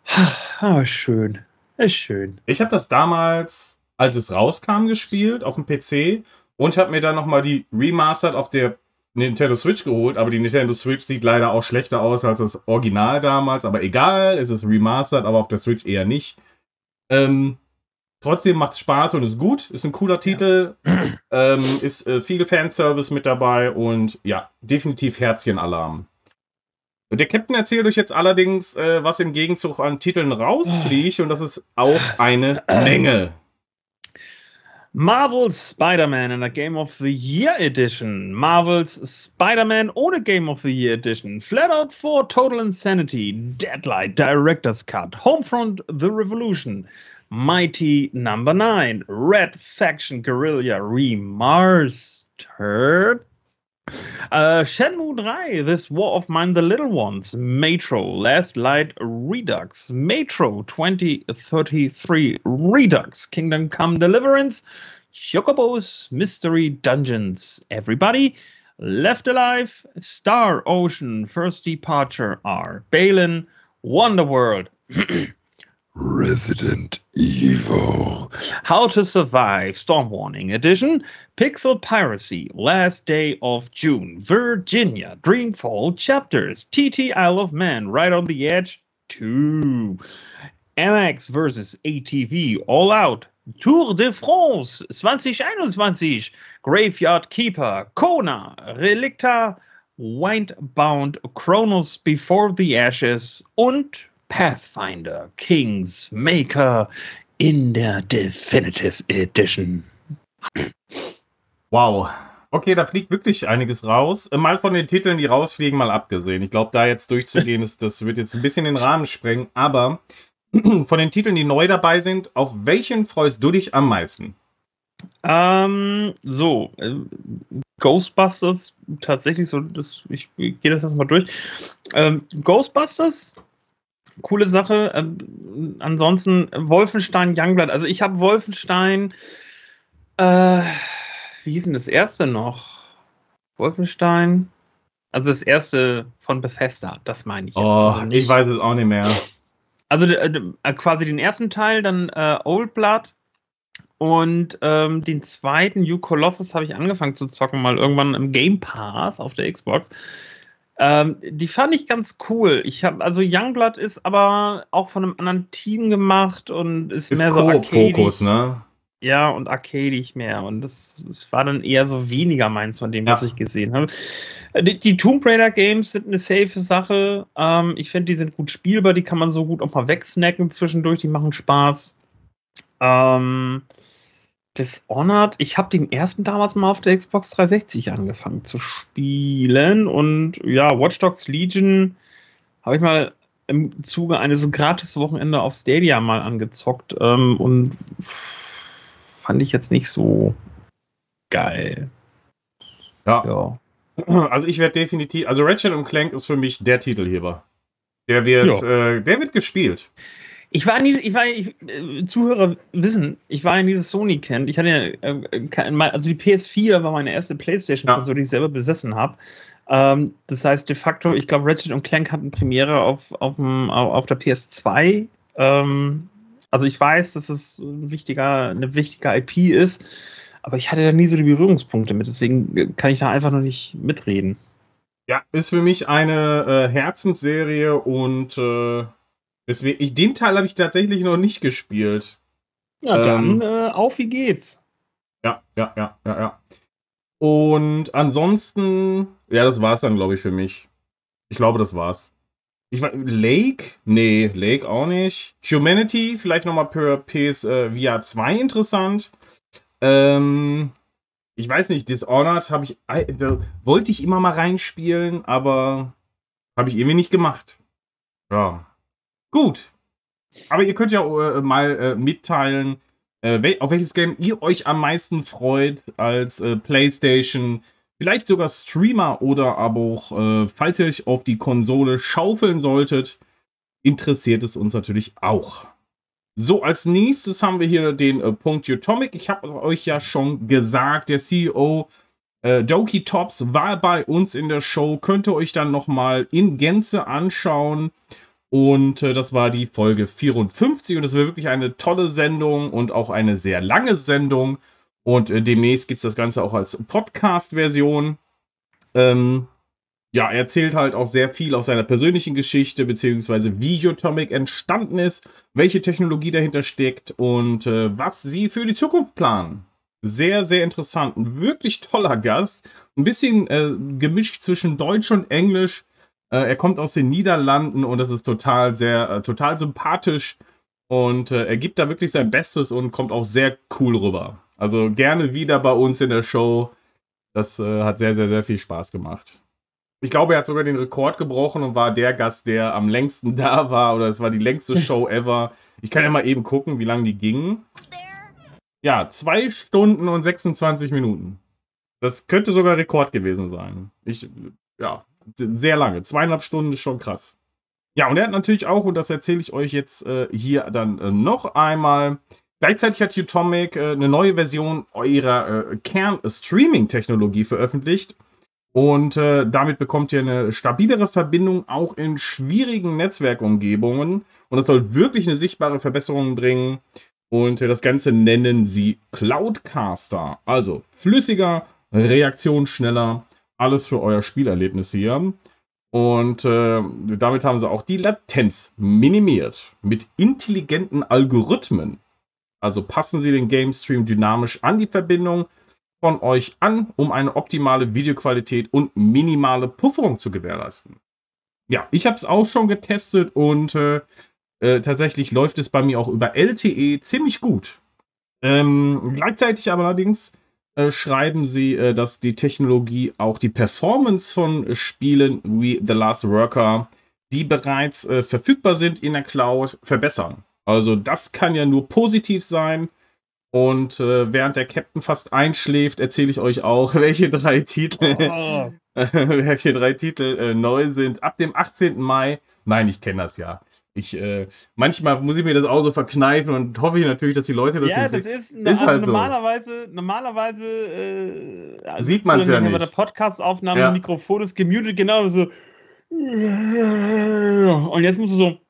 Schön. Ist schön. Ich habe das damals, als es rauskam, gespielt auf dem PC und habe mir dann nochmal die Remastered auf der Nintendo Switch geholt, aber die Nintendo Switch sieht leider auch schlechter aus als das Original damals, aber egal, es ist Remastered, aber auf der Switch eher nicht. Trotzdem macht es Spaß und ist gut, ist ein cooler Titel, ist viel Fanservice mit dabei und ja, definitiv Herzchenalarm. Der Captain erzählt euch jetzt allerdings, was im Gegenzug an Titeln rausfliegt und das ist auch eine Menge. Marvel's Spider-Man in a Game of the Year Edition. Marvel's Spider-Man ohne Game of the Year Edition. Flat Out 4 Total Insanity. Deadlight Director's Cut. Homefront The Revolution. Mighty Number 9. Red Faction Guerrilla Remastered. Shenmue 3, This War of Mine, The Little Ones, Metro, Last Light Redux, Metro 2033 Redux, Kingdom Come Deliverance, Chocobo's Mystery Dungeons, Everybody, Left Alive, Star Ocean, First Departure R, Balin, Wonderworld, Resident Evil, How to Survive, Storm Warning Edition, Pixel Piracy, Last Day of June, Virginia, Dreamfall Chapters, TT Isle of Man, Right on the Edge 2, MX vs. ATV, All Out, Tour de France 2021, Graveyard Keeper, Kona, Relicta, Windbound, Chronos Before the Ashes und Pathfinder King's Maker in der Definitive Edition. Wow. Okay, da fliegt wirklich einiges raus. Mal von den Titeln, die rausfliegen, mal abgesehen. Ich glaube, da jetzt durchzugehen, das wird jetzt ein bisschen den Rahmen sprengen. Aber von den Titeln, die neu dabei sind, auf welchen freust du dich am meisten? Ghostbusters, tatsächlich so, ich gehe das erstmal durch. Ghostbusters, coole Sache. Ansonsten Wolfenstein Youngblood. Also ich habe Wolfenstein, wie hieß denn das erste noch? Wolfenstein, also das erste von Bethesda, das meine ich jetzt. Also ich weiß es auch nicht mehr. Also quasi den ersten Teil, dann Old Blood und den zweiten, New Colossus, habe ich angefangen zu zocken, mal irgendwann im Game Pass auf der Xbox. Die fand ich ganz cool. Also Youngblood ist aber auch von einem anderen Team gemacht und ist mehr so Fokus, ne? Ja, und arcadisch mehr. Und das war dann eher so weniger meins von dem, was ich gesehen habe. Die Tomb Raider Games sind eine safe Sache. Ich finde, die sind gut spielbar. Die kann man so gut auch mal wegsnacken zwischendurch. Die machen Spaß. Dishonored, ich habe den ersten damals mal auf der Xbox 360 angefangen zu spielen und ja, Watch Dogs Legion habe ich mal im Zuge eines Gratis-Wochenende auf Stadia mal angezockt und fand ich jetzt nicht so geil. Ja. Also ich werde definitiv, also Ratchet & Clank ist für mich der Titelheber. Der wird gespielt. Zuhörer wissen, ich war in dieses Sony-Camp. Ich hatte also die PS4 war meine erste PlayStation-Konsole, die ich selber besessen habe. Das heißt, de facto, ich glaube, Ratchet & Clank hatten Premiere auf der PS2. Also ich weiß, dass es eine wichtige IP ist, aber ich hatte da nie so die Berührungspunkte mit. Deswegen kann ich da einfach noch nicht mitreden. Ja, ist für mich eine Herzensserie und deswegen, den Teil habe ich tatsächlich noch nicht gespielt. Ja, dann auf, wie geht's? Ja. Und ansonsten, ja, das war's dann, glaube ich, für mich. Ich glaube, das war's. Lake? Nee, Lake auch nicht. Humanity, vielleicht nochmal per PSVR 2 interessant. Ich weiß nicht, Dishonored wollte ich immer mal reinspielen, aber habe ich irgendwie nicht gemacht. Ja. Gut. Aber ihr könnt ja mal mitteilen, auf welches Game ihr euch am meisten freut als PlayStation, vielleicht sogar Streamer oder aber auch, falls ihr euch auf die Konsole schaufeln solltet, interessiert es uns natürlich auch. So, als nächstes haben wir hier den Punkt Utomic. Ich habe euch ja schon gesagt, der CEO Doki Tops war bei uns in der Show. Könnt ihr euch dann nochmal in Gänze anschauen. Und das war die Folge 54 und das war wirklich eine tolle Sendung und auch eine sehr lange Sendung. Und demnächst gibt es das Ganze auch als Podcast-Version. Ja, er erzählt halt auch sehr viel aus seiner persönlichen Geschichte, beziehungsweise wie Utomic entstanden ist, welche Technologie dahinter steckt und was sie für die Zukunft planen. Sehr, sehr interessant. Ein wirklich toller Gast. Ein bisschen gemischt zwischen Deutsch und Englisch. Er kommt aus den Niederlanden und das ist total sympathisch. Und er gibt da wirklich sein Bestes und kommt auch sehr cool rüber. Also gerne wieder bei uns in der Show. Das hat sehr, sehr, sehr viel Spaß gemacht. Ich glaube, er hat sogar den Rekord gebrochen und war der Gast, der am längsten da war. Oder es war die längste Show ever. Ich kann ja mal eben gucken, wie lange die gingen. Ja, 2 Stunden und 26 Minuten. Das könnte sogar Rekord gewesen sein. Ja, sehr lange. 2,5 Stunden ist schon krass. Ja, und er hat natürlich auch, und das erzähle ich euch jetzt hier dann noch einmal, gleichzeitig hat Utomic eine neue Version eurer Kern-Streaming-Technologie veröffentlicht. Und damit bekommt ihr eine stabilere Verbindung auch in schwierigen Netzwerkumgebungen. Und das soll wirklich eine sichtbare Verbesserung bringen. Und das Ganze nennen sie Cloudcaster. Also flüssiger, reaktionsschneller, alles für euer Spielerlebnis hier. Und damit haben sie auch die Latenz minimiert. Mit intelligenten Algorithmen. Also passen sie den Game Stream dynamisch an die Verbindung von euch an, um eine optimale Videoqualität und minimale Pufferung zu gewährleisten. Ja, ich habe es auch schon getestet und tatsächlich läuft es bei mir auch über LTE ziemlich gut. Gleichzeitig aber allerdings schreiben sie, dass die Technologie auch die Performance von Spielen wie The Last Worker, die bereits verfügbar sind in der Cloud, verbessern. Also das kann ja nur positiv sein. Und während der Captain fast einschläft, erzähle ich euch auch, welche 3 Titel, neu sind. Ab dem 18. Mai. Nein, ich kenne das ja. Manchmal muss ich mir das auch so verkneifen und hoffe ich natürlich, dass die Leute das nicht sehen. Ja, das ist halt normalerweise sieht man es ja nicht. Bei der Podcast-Aufnahme Mikrofon ist gemutet, genau so. Und jetzt musst du so.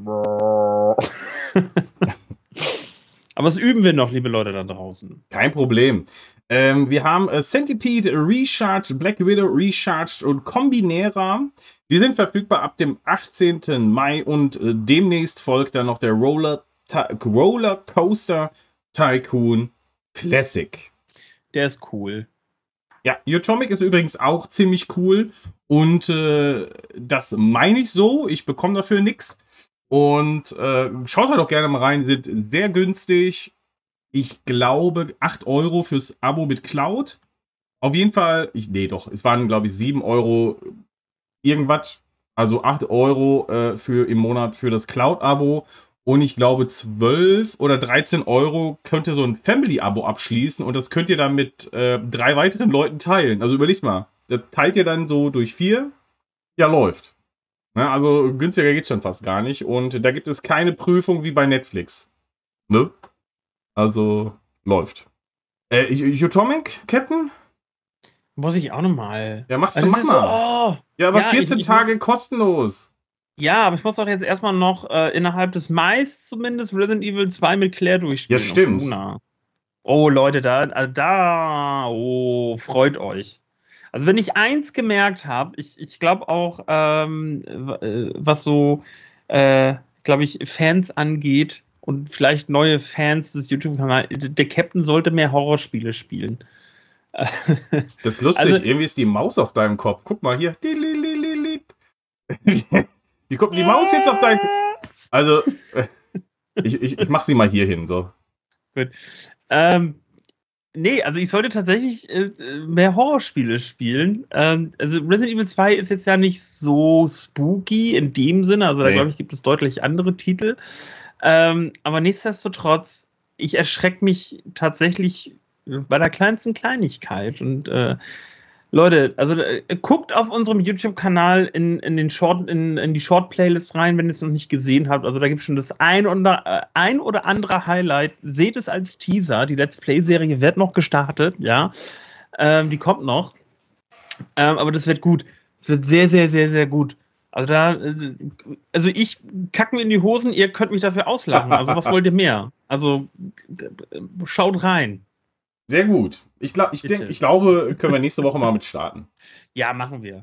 Aber das üben wir noch, liebe Leute da draußen. Kein Problem. Wir haben Centipede Recharged, Black Widow Recharged und Kombinera. Die sind verfügbar ab dem 18. Mai und demnächst folgt dann noch der Roller Coaster Tycoon Classic. Der ist cool. Ja, Utomic ist übrigens auch ziemlich cool und das meine ich so. Ich bekomme dafür nichts. Und schaut halt doch gerne mal rein, sind sehr günstig. Ich glaube 8 € fürs Abo mit Cloud. Auf jeden Fall, es waren glaube ich 7 € irgendwas. Also 8 € im Monat für das Cloud-Abo. Und ich glaube 12 oder 13 € könnt ihr so ein Family-Abo abschließen. Und das könnt ihr dann mit 3 weiteren Leuten teilen. Also überlegt mal, das teilt ihr dann so durch 4. Ja, läuft. Ja, also günstiger geht's schon fast gar nicht. Und da gibt es keine Prüfung wie bei Netflix. Ne? Also läuft. Utomic, Captain? Muss ich auch nochmal. Ja, mach mal. Ja, aber 14 Tage kostenlos. Ja, aber ich muss doch jetzt erstmal noch innerhalb des Mai zumindest Resident Evil 2 mit Claire durchspielen. Ja, stimmt. Oh, Leute, freut euch. Also wenn ich eins gemerkt habe, ich glaube auch, was so, glaube ich, Fans angeht und vielleicht neue Fans des YouTube-Kanals, der Captain sollte mehr Horrorspiele spielen. Das ist lustig, also, irgendwie ist die Maus auf deinem Kopf. Guck mal hier. Wie kommt die Maus jetzt auf deinen Kopf? Also, ich mach sie mal hier hin, so. Gut. Nee, also ich sollte tatsächlich mehr Horrorspiele spielen. Also Resident Evil 2 ist jetzt ja nicht so spooky in dem Sinne. Also da glaube ich, gibt es deutlich andere Titel. Aber nichtsdestotrotz, ich erschrecke mich tatsächlich bei der kleinsten Kleinigkeit. Und Leute, also guckt auf unserem YouTube-Kanal in die Short-Playlist rein, wenn ihr es noch nicht gesehen habt. Also da gibt es schon das ein oder andere Highlight. Seht es als Teaser. Die Let's Play-Serie wird noch gestartet, ja. Die kommt noch. Aber das wird gut. Es wird sehr, sehr, sehr, sehr gut. Also ich kacke mir in die Hosen, ihr könnt mich dafür auslachen. Also was wollt ihr mehr? Also schaut rein. Sehr gut. Ich glaube, können wir nächste Woche mal mit starten. Ja, machen wir.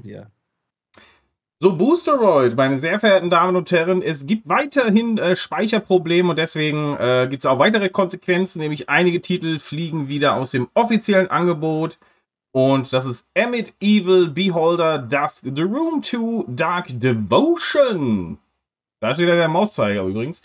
So, Boosteroid, meine sehr verehrten Damen und Herren, es gibt weiterhin Speicherprobleme und deswegen gibt es auch weitere Konsequenzen, nämlich einige Titel fliegen wieder aus dem offiziellen Angebot und das ist Emmet Evil, Beholder, Dusk, The Room 2, Dark Devotion. Da ist wieder der Mauszeiger übrigens.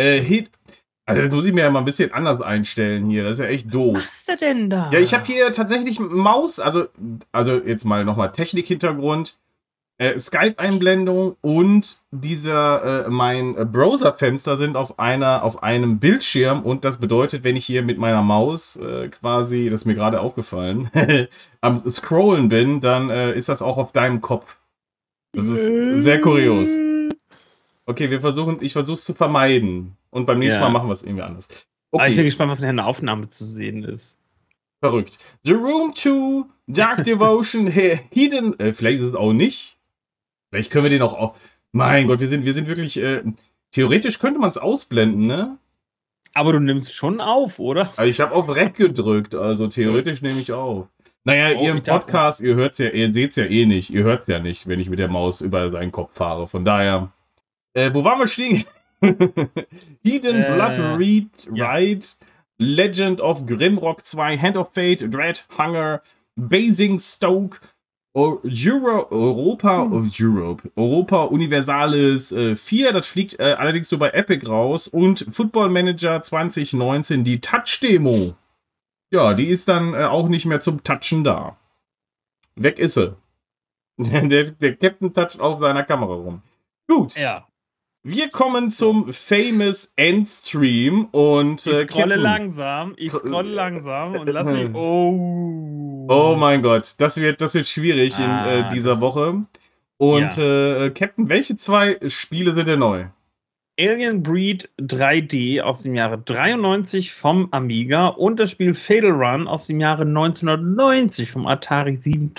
Also das muss ich mir ja mal ein bisschen anders einstellen hier, das ist ja echt doof. Was machst du denn da? Ja, ich habe hier tatsächlich Maus, also jetzt mal nochmal Technik-Hintergrund. Skype-Einblendung und mein Browser-Fenster sind auf einem Bildschirm und das bedeutet, wenn ich hier mit meiner Maus quasi, das ist mir gerade aufgefallen, am Scrollen bin, dann ist das auch auf deinem Kopf. Das ist sehr kurios. Okay, ich versuche es zu vermeiden und beim nächsten Mal machen wir es irgendwie anders. Okay. Ich bin gespannt, was in der Aufnahme zu sehen ist. Verrückt. The Room 2, Dark Devotion, Hidden, vielleicht ist es auch nicht. Vielleicht können wir den auch. Mein Gott, wir sind wirklich. Theoretisch könnte man es ausblenden, ne? Aber du nimmst schon auf, oder? Also ich habe auf Rec gedrückt, also theoretisch nehme ich auf. Naja, ihr im Podcast, ihr seht es ja eh nicht. Ihr hört es ja nicht, wenn ich mit der Maus über seinen Kopf fahre. Von daher. Wo waren wir stehen? Hidden Blood Ride, Legend of Grimrock 2, Hand of Fate, Dread, Hunger, Basingstoke. Europa Universalis 4, das fliegt allerdings nur bei Epic raus und Football Manager 2019, die Touch-Demo. Ja, die ist dann auch nicht mehr zum Touchen da. Weg ist sie. der Captain toucht auf seiner Kamera rum. Gut. Ja. Wir kommen zum Famous Endstream und ich scrolle langsam und lass mich. Oh mein Gott, das wird schwierig in dieser Woche. Und Captain, welche 2 Spiele sind denn neu? Alien Breed 3D aus dem Jahre 93 vom Amiga und das Spiel Fatal Run aus dem Jahre 1990 vom Atari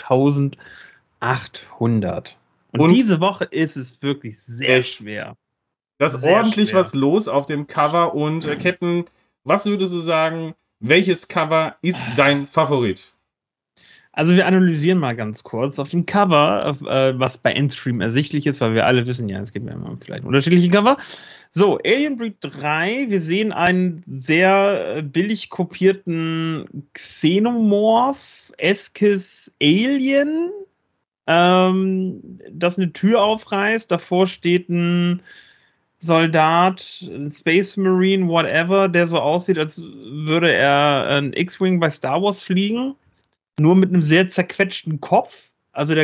7800. Und diese Woche ist es wirklich sehr schwer. Da ist ordentlich was los auf dem Cover und Captain, was würdest du sagen, welches Cover ist dein Favorit? Also wir analysieren mal ganz kurz. Auf dem Cover, was bei Endstream ersichtlich ist, weil wir alle wissen, ja, es gibt ja immer vielleicht unterschiedliche Cover. So, Alien Breed 3, wir sehen einen sehr billig kopierten Xenomorph-eskes Alien, das eine Tür aufreißt. Davor steht ein Soldat, ein Space Marine, whatever, der so aussieht, als würde er ein X-Wing bei Star Wars fliegen. Nur mit einem sehr zerquetschten Kopf. Würde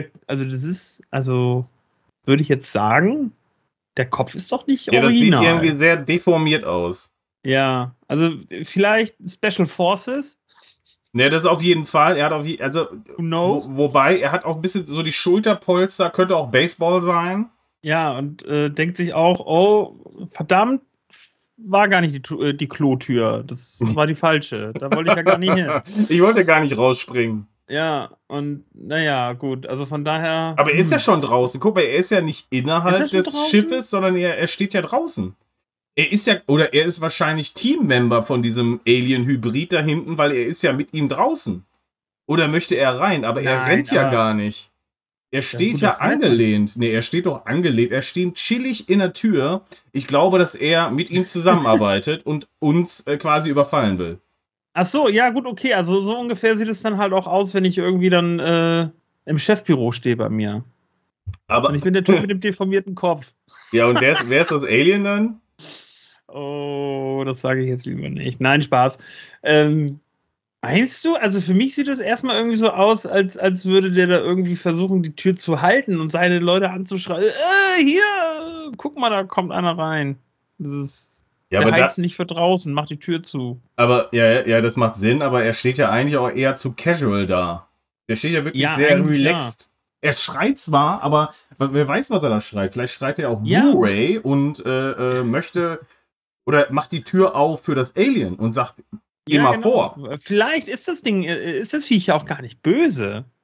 ich jetzt sagen, der Kopf ist doch nicht original. Ja, das sieht irgendwie sehr deformiert aus. Ja, also vielleicht Special Forces. Ne, das auf jeden Fall. Er hat wobei, er hat auch ein bisschen so die Schulterpolster, könnte auch Baseball sein. Ja, und denkt sich auch, oh, verdammt, war gar nicht die Klotür. Das war die falsche. Da wollte ich ja gar nicht hin. Ich wollte gar nicht rausspringen. Ja, und naja, gut, also von daher. Aber er ist ja schon draußen. Guck mal, er ist ja nicht innerhalb des Schiffes, sondern er steht ja draußen. Er ist wahrscheinlich Teammember von diesem Alien-Hybrid da hinten, weil er ist ja mit ihm draußen. Oder möchte er rein? Aber er rennt ja gar nicht. Er steht ja angelehnt. Nee, er steht doch angelehnt. Er steht chillig in der Tür. Ich glaube, dass er mit ihm zusammenarbeitet und uns quasi überfallen will. Ach so, ja gut, okay. Also so ungefähr sieht es dann halt auch aus, wenn ich irgendwie dann im Chefbüro stehe bei mir. Und ich bin der Typ mit dem deformierten Kopf. Ja, und wer ist das Alien dann? Oh, das sage ich jetzt lieber nicht. Nein, Spaß. Meinst du? Also für mich sieht es erstmal irgendwie so aus, als würde der da irgendwie versuchen, die Tür zu halten und seine Leute anzuschreien. Hier, guck mal, da kommt einer rein. Das ist der heizt nicht für draußen, macht die Tür zu. Aber, ja, das macht Sinn, aber er steht ja eigentlich auch eher zu casual da. Der steht ja wirklich sehr relaxed. Ja. Er schreit zwar, aber wer weiß, was er da schreit. Vielleicht schreit er auch Blu-ray und möchte oder macht die Tür auf für das Alien und sagt, geh mal vor. Vielleicht ist das Viech ja auch gar nicht böse.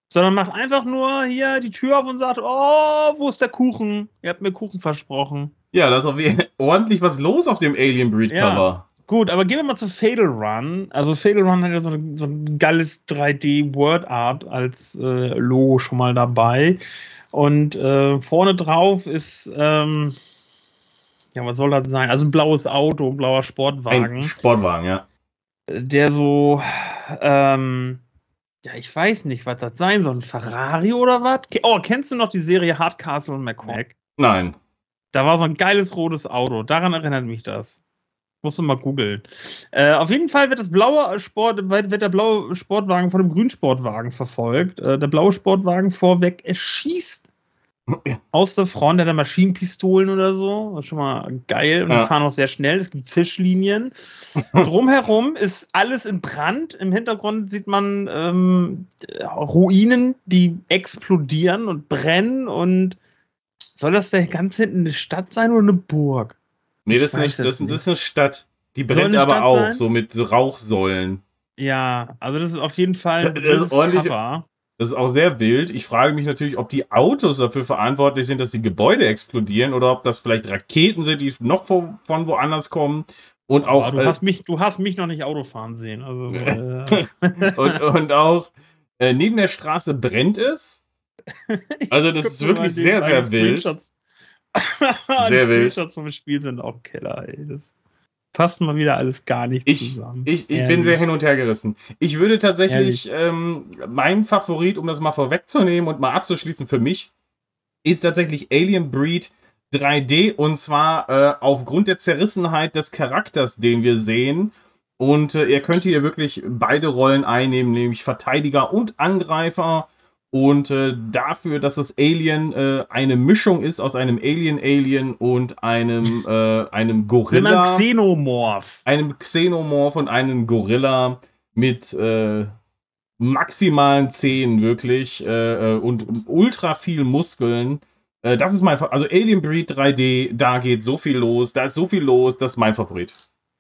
Sondern macht einfach nur hier die Tür auf und sagt, oh, wo ist der Kuchen? Ihr habt mir Kuchen versprochen. Ja, da ist auch ordentlich was los auf dem Alien Breed Cover. Ja, gut, aber gehen wir mal zu Fatal Run. Also Fatal Run hat ja so ein geiles 3D Word Art als Logo schon mal dabei. Und vorne drauf ist, ja, was soll das sein? Also ein blaues Auto, ein blauer Sportwagen. Ein Sportwagen, ja. Der so, ja, ich weiß nicht, was das sein soll. Ein Ferrari oder was? Oh, kennst du noch die Serie Hardcastle und McCormick? Nein. Da war so ein geiles rotes Auto. Daran erinnert mich das. Musst du mal googeln. Auf jeden Fall wird der blaue Sportwagen von dem grünen Sportwagen verfolgt. Der blaue Sportwagen vorweg erschießt aus der Front, der hat Maschinenpistolen oder so. Das ist schon mal geil. Und die fahren auch sehr schnell. Es gibt Zischlinien. Drumherum ist alles in Brand. Im Hintergrund sieht man Ruinen, die explodieren und brennen. Und soll das da ganz hinten eine Stadt sein oder eine Burg? Nee, das ist eine Stadt. Die brennt aber Stadt auch, sein? So mit Rauchsäulen. Ja, also das ist auf jeden Fall ein Cover. Das ist auch sehr wild. Ich frage mich natürlich, ob die Autos dafür verantwortlich sind, dass die Gebäude explodieren oder ob das vielleicht Raketen sind, die noch von woanders kommen. Und auch, du hast mich noch nicht Auto fahren sehen. Also, und auch neben der Straße brennt es. Also das ist wirklich sehr, sehr wild. Sehr wild. Die Screenshots vom Spiel sind auch Killer, ey. Das passt mal wieder alles gar nicht zusammen. Ich bin sehr hin und her gerissen. Ich würde tatsächlich, mein Favorit, um das mal vorwegzunehmen und mal abzuschließen für mich, ist tatsächlich Alien Breed 3D und zwar aufgrund der Zerrissenheit des Charakters, den wir sehen. Und er könnte hier wirklich beide Rollen einnehmen, nämlich Verteidiger und Angreifer. Und dafür, dass das Alien eine Mischung ist aus einem Alien und einem Gorilla. Einem Xenomorph. Einem Xenomorph und einem Gorilla mit maximalen Zähnen wirklich und ultra viel Muskeln. Das ist mein also Alien Breed 3D, da geht so viel los, da ist so viel los, das ist mein Favorit.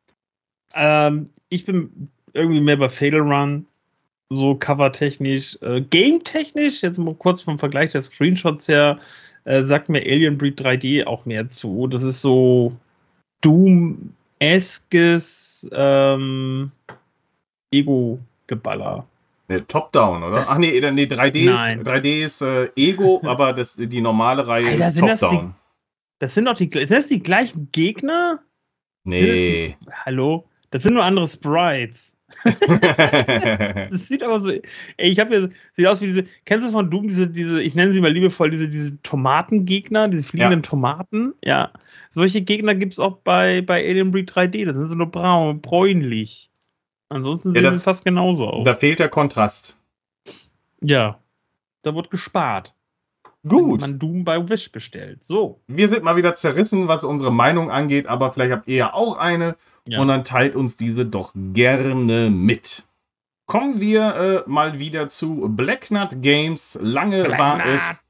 Ich bin irgendwie mehr bei Fatal Run. So covertechnisch, game-technisch, jetzt mal kurz vom Vergleich der Screenshots her, sagt mir Alien Breed 3D auch mehr zu. Das ist so Doom-eskes Ego-Geballer. Ne, Top-Down, oder? Ach nee, 3D ist Ego, aber die normale Reihe ist Top-Down. Das sind das die gleichen Gegner? Nee. Hallo? Das sind nur andere Sprites. Das sieht aber so. Ey, sieht aus wie diese. Kennst du von Doom diese, ich nenne sie mal liebevoll, diese Tomatengegner, diese fliegenden Tomaten? Ja. Solche Gegner gibt es auch bei Alien Breed 3D. Das sind so nur bräunlich. Ansonsten sehen sie fast genauso aus. Da fehlt der Kontrast. Ja. Da wird gespart. Gut. Wenn man Doom bei Wish bestellt. So. Wir sind mal wieder zerrissen, was unsere Meinung angeht, aber vielleicht habt ihr ja auch eine. Ja. Und dann teilt uns diese doch gerne mit. Kommen wir mal wieder zu Black Nut Games. Lange war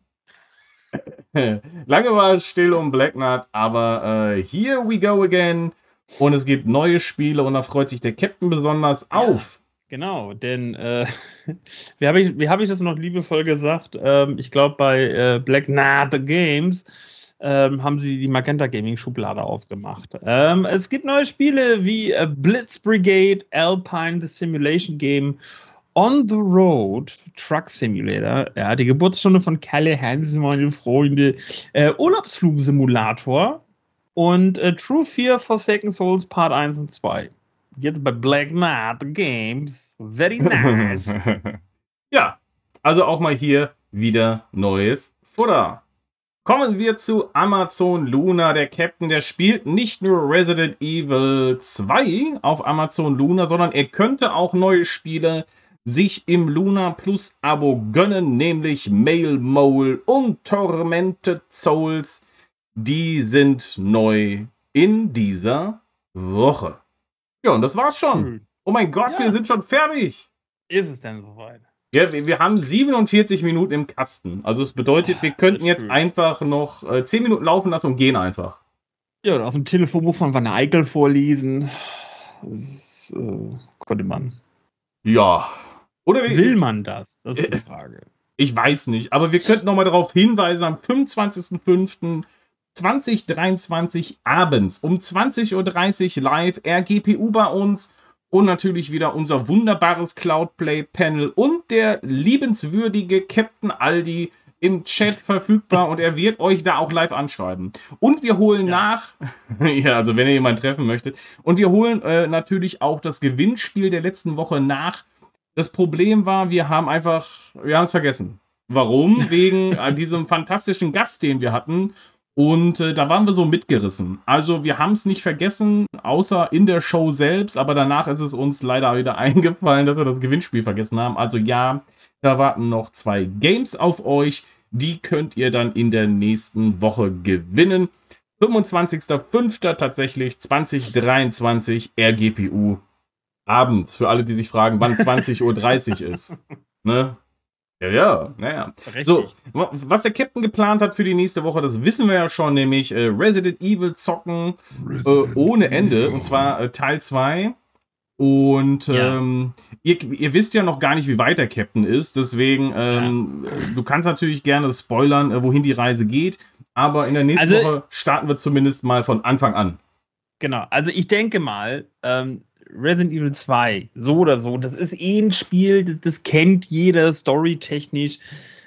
es still um Black Nut, aber here we go again. Und es gibt neue Spiele und da freut sich der Captain besonders auf. Genau, denn wie hab ich das noch liebevoll gesagt? Ich glaube, bei Black Nut Games haben sie die Magenta Gaming Schublade aufgemacht. Es gibt neue Spiele wie Blitz Brigade, Alpine, The Simulation Game, On the Road, Truck Simulator, ja, die Geburtsstunde von Kalle Hansen, meine Freunde, Urlaubsflugsimulator und True Fear Forsaken Souls Part 1 und 2. Jetzt bei Black Nut Games. Very nice. Ja, also auch mal hier wieder neues Futter. Kommen wir zu Amazon Luna. Der Captain, der spielt nicht nur Resident Evil 2 auf Amazon Luna, sondern er könnte auch neue Spiele sich im Luna Plus Abo gönnen, nämlich Mail Mole und Tormented Souls. Die sind neu in dieser Woche. Ja, und das war's schon. Oh mein Gott, wir sind schon fertig. Ist es denn soweit? Ja, wir haben 47 Minuten im Kasten. Also das bedeutet, wir könnten jetzt einfach noch 10 Minuten laufen lassen und gehen einfach. Ja, aus dem Telefonbuch von Van Eyck vorlesen. Das konnte man. Ja. Oder will man das? Das ist die Frage. Ich weiß nicht, aber wir könnten noch mal darauf hinweisen, am 25.05.2023 abends um 20:30 Uhr live RGPU bei uns und natürlich wieder unser wunderbares Cloudplay-Panel und der liebenswürdige Captain Aldi im Chat verfügbar und er wird euch da auch live anschreiben. Und wir holen nach, ja, also wenn ihr jemanden treffen möchtet, und wir holen natürlich auch das Gewinnspiel der letzten Woche nach. Das Problem war, wir haben es vergessen. Warum? Wegen diesem fantastischen Gast, den wir hatten. Und da waren wir so mitgerissen. Also wir haben es nicht vergessen, außer in der Show selbst. Aber danach ist es uns leider wieder eingefallen, dass wir das Gewinnspiel vergessen haben. Also ja, da warten noch 2 Games auf euch. Die könnt ihr dann in der nächsten Woche gewinnen. 25.05. tatsächlich 2023 RGPU. Abends, für alle, die sich fragen, wann 20:30 Uhr ist. Ne? Naja. So, was der Captain geplant hat für die nächste Woche, das wissen wir ja schon, nämlich Resident Evil zocken ohne Ende, und zwar Teil 2. Und ihr wisst ja noch gar nicht, wie weit der Captain ist, deswegen, du kannst natürlich gerne spoilern, wohin die Reise geht, aber in der nächsten Woche starten wir zumindest mal von Anfang an. Genau, also ich denke mal, Resident Evil 2, so oder so, das ist ein Spiel, das kennt jeder storytechnisch.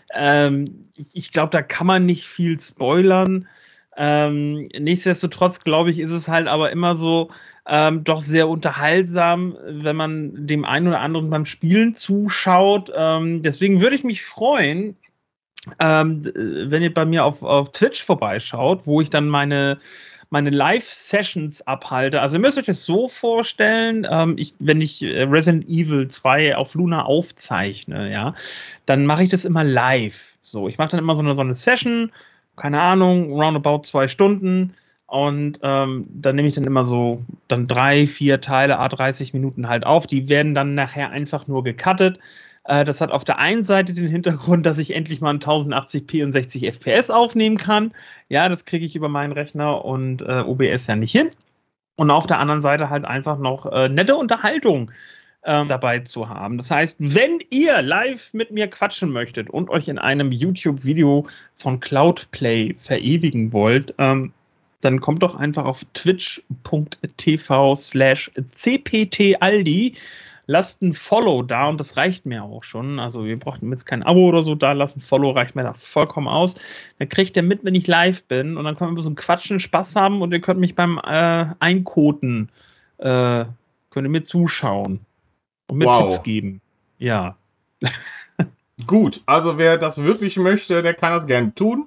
Ich glaube, da kann man nicht viel spoilern. Nichtsdestotrotz, glaube ich, ist es halt aber immer so doch sehr unterhaltsam, wenn man dem einen oder anderen beim Spielen zuschaut. Deswegen würde ich mich freuen, wenn ihr bei mir auf Twitch vorbeischaut, wo ich dann meine Live-Sessions abhalte. Also ihr müsst euch das so vorstellen, wenn ich Resident Evil 2 auf Luna aufzeichne, ja, dann mache ich das immer live. So, ich mache dann immer so eine Session, keine Ahnung, roundabout 2 Stunden und dann nehme ich dann immer so 3, 4 Teile, 30 Minuten halt auf. Die werden dann nachher einfach nur gecuttet. Das hat auf der einen Seite den Hintergrund, dass ich endlich mal ein 1080p und 60 FPS aufnehmen kann. Ja, das kriege ich über meinen Rechner und OBS ja nicht hin. Und auf der anderen Seite halt einfach noch nette Unterhaltung dabei zu haben. Das heißt, wenn ihr live mit mir quatschen möchtet und euch in einem YouTube-Video von Cloudplay verewigen wollt, dann kommt doch einfach auf twitch.tv/cptaldi. Lasst ein Follow da und das reicht mir auch schon. Also wir brauchen jetzt kein Abo oder so da lassen. Follow reicht mir da vollkommen aus. Dann kriegt ihr mit, wenn ich live bin und dann können wir ein bisschen quatschen, Spaß haben und ihr könnt mich beim Einkoten könnt ihr mir zuschauen und mir Tipps geben. Ja. Gut, also wer das wirklich möchte, der kann das gerne tun.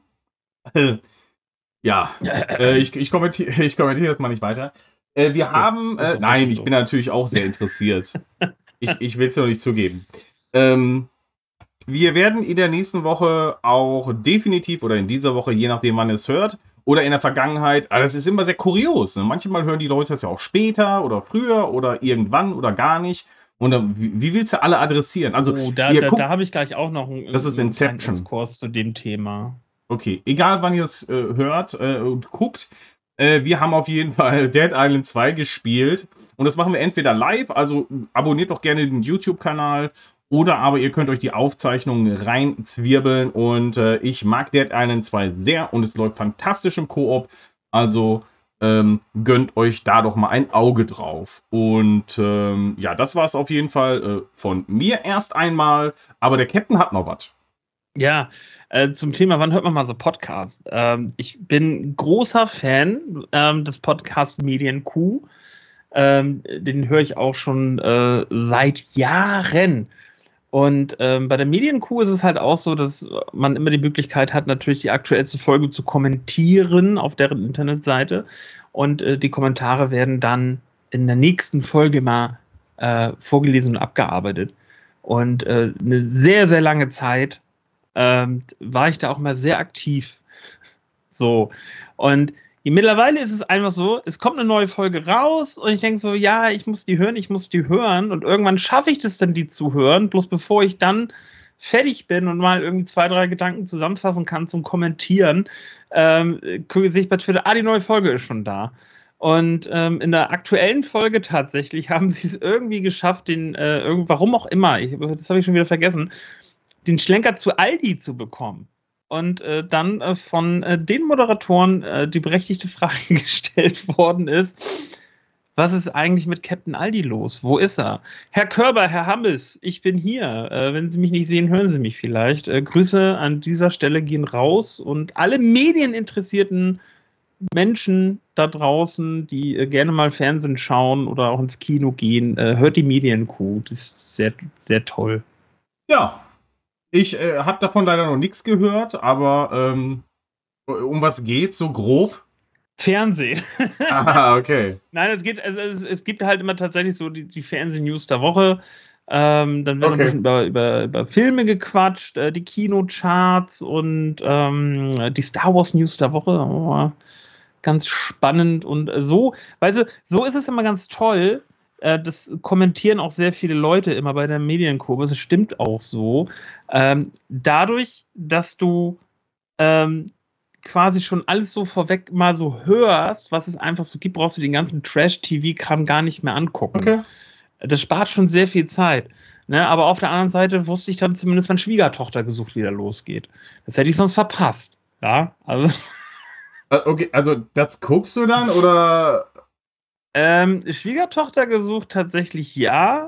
Ja, ich kommentiere das mal nicht weiter. Wir haben, nein, ich bin natürlich auch sehr interessiert. Ich will es noch nicht zugeben. Wir werden in der nächsten Woche auch definitiv, oder in dieser Woche, je nachdem wann es hört, oder in der Vergangenheit, aber das ist immer sehr kurios. Ne? Manchmal hören die Leute das ja auch später oder früher oder irgendwann oder gar nicht. Und wie willst du alle adressieren? Also, da habe ich gleich auch noch einen Diskurs zu dem Thema. Okay, egal wann ihr es hört und guckt, wir haben auf jeden Fall Dead Island 2 gespielt und das machen wir entweder live, also abonniert doch gerne den YouTube-Kanal oder aber ihr könnt euch die Aufzeichnungen reinzwirbeln und ich mag Dead Island 2 sehr und es läuft fantastisch im Koop, also gönnt euch da doch mal ein Auge drauf. Und ja, das war es auf jeden Fall von mir erst einmal, aber der Captain hat noch was. Ja, zum Thema, wann hört man mal so Podcast? Ich bin großer Fan des Podcast Medienkuh. Den höre ich auch schon seit Jahren. Und bei der Medienkuh ist es halt auch so, dass man immer die Möglichkeit hat, natürlich die aktuellste Folge zu kommentieren auf deren Internetseite. Und die Kommentare werden dann in der nächsten Folge mal vorgelesen und abgearbeitet. Und eine sehr, sehr lange Zeit war ich da auch mal sehr aktiv. So. Und mittlerweile ist es einfach so, es kommt eine neue Folge raus und ich denke so, ja, ich muss die hören und irgendwann schaffe ich das dann, die zu hören, bloß bevor ich dann fertig bin und mal irgendwie 2, 3 Gedanken zusammenfassen kann zum Kommentieren, sehe ich bei Twitter, die neue Folge ist schon da. Und in der aktuellen Folge tatsächlich haben sie es irgendwie geschafft, warum auch immer, das habe ich schon wieder vergessen, den Schlenker zu Aldi zu bekommen. Und dann von den Moderatoren die berechtigte Frage gestellt worden ist, was ist eigentlich mit Captain Aldi los? Wo ist er? Herr Körber, Herr Hammes, ich bin hier. Wenn Sie mich nicht sehen, hören Sie mich vielleicht. Grüße an dieser Stelle gehen raus und alle medieninteressierten Menschen da draußen, die gerne mal Fernsehen schauen oder auch ins Kino gehen, hört die Medienkuh. Das ist sehr, sehr toll. Ja, ich habe davon leider noch nichts gehört, aber um was geht's so grob? Fernsehen. Ah, okay. Nein, es gibt halt immer tatsächlich so die Fernseh-News der Woche. Dann wird ein bisschen über Filme gequatscht, die Kinocharts und die Star Wars News der Woche. Oh, ganz spannend und so. Weißt du, so ist es immer ganz toll. Das kommentieren auch sehr viele Leute immer bei der Medienkurve. Das stimmt auch so. Dadurch, dass du quasi schon alles so vorweg mal so hörst, was es einfach so gibt, brauchst du den ganzen Trash-TV-Kram gar nicht mehr angucken. Okay. Das spart schon sehr viel Zeit. Ne? Aber auf der anderen Seite wusste ich dann zumindest, wann Schwiegertochter gesucht wieder losgeht. Das hätte ich sonst verpasst. Ja, also. Okay, also das guckst du dann, oder? Schwiegertochter gesucht tatsächlich ja.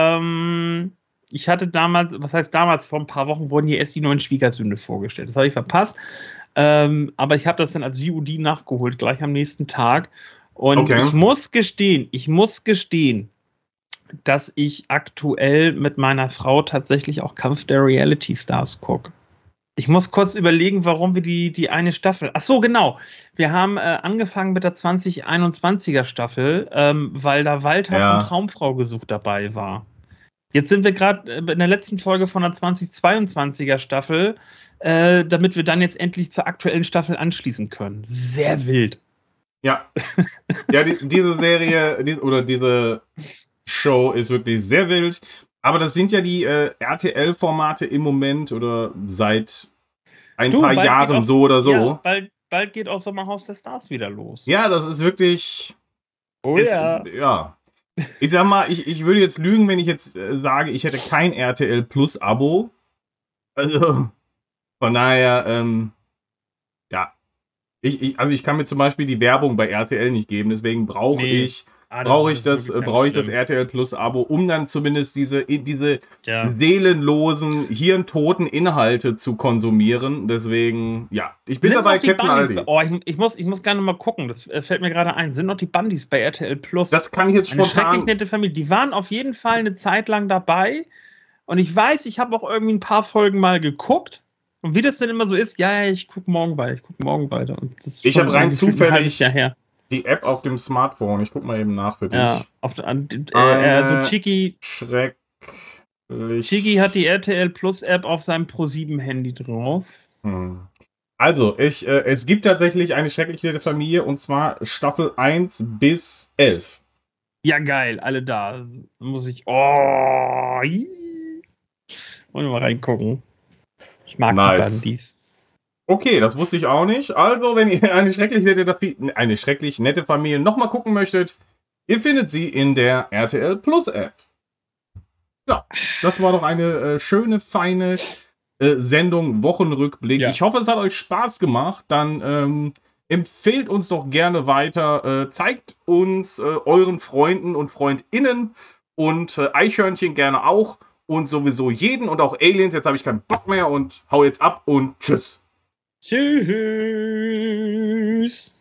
Ich hatte damals, was heißt damals, vor ein paar Wochen wurden hier erst die neuen Schwiegersöhne vorgestellt. Das habe ich verpasst. Aber ich habe das dann als VOD nachgeholt, gleich am nächsten Tag. Und ich muss gestehen, dass ich aktuell mit meiner Frau tatsächlich auch Kampf der Reality Stars gucke. Ich muss kurz überlegen, warum wir die eine Staffel. Ach so, genau. Wir haben angefangen mit der 2021er Staffel, weil da Walter von Traumfrau gesucht dabei war. Jetzt sind wir gerade in der letzten Folge von der 2022er Staffel, damit wir dann jetzt endlich zur aktuellen Staffel anschließen können. Sehr wild. Ja. Ja, diese Serie oder diese Show ist wirklich sehr wild. Aber das sind ja die RTL-Formate im Moment oder seit ein paar Jahren so oder so. Ja, bald geht auch Sommerhaus der Stars wieder los. Ja, das ist wirklich. Oh ja. Ich sag mal, ich würde jetzt lügen, wenn ich jetzt sage, ich hätte kein RTL Plus Abo. Also, von daher, ja. Ich kann mir zum Beispiel die Werbung bei RTL nicht geben, deswegen brauche ich das RTL Plus Abo, um dann zumindest diese seelenlosen, hirntoten Inhalte zu konsumieren. Deswegen, ja, ich bin dabei, Captain Aldi. Oh, ich muss gerne mal gucken, das fällt mir gerade ein. Sind noch die Bundys bei RTL Plus? Das kann ich jetzt spontan. Eine schrecklich nette Familie. Die waren auf jeden Fall eine Zeit lang dabei. Und ich weiß, ich habe auch irgendwie ein paar Folgen mal geguckt. Und wie das denn immer so ist, ja, ich gucke morgen weiter. Und das ist ich habe rein zufällig die App auf dem Smartphone. Ich guck mal eben nach für dich. Ja, so Chiki hat die RTL Plus App auf seinem Pro7 Handy drauf. Also, es gibt tatsächlich eine schrecklich nette Familie, und zwar Staffel 1 bis 11. Ja, geil, alle da. Muss ich. Oh, wollen wir mal reingucken. Ich mag die Bundys. Okay, das wusste ich auch nicht. Also, wenn ihr eine schrecklich nette Familie nochmal gucken möchtet, ihr findet sie in der RTL Plus App. Ja, das war doch eine schöne, feine Sendung, Wochenrückblick. Ja. Ich hoffe, es hat euch Spaß gemacht. Dann empfehlt uns doch gerne weiter. Zeigt uns euren Freunden und FreundInnen und Eichhörnchen gerne auch. Und sowieso jeden und auch Aliens. Jetzt habe ich keinen Bock mehr und hau jetzt ab und tschüss. Tschüss.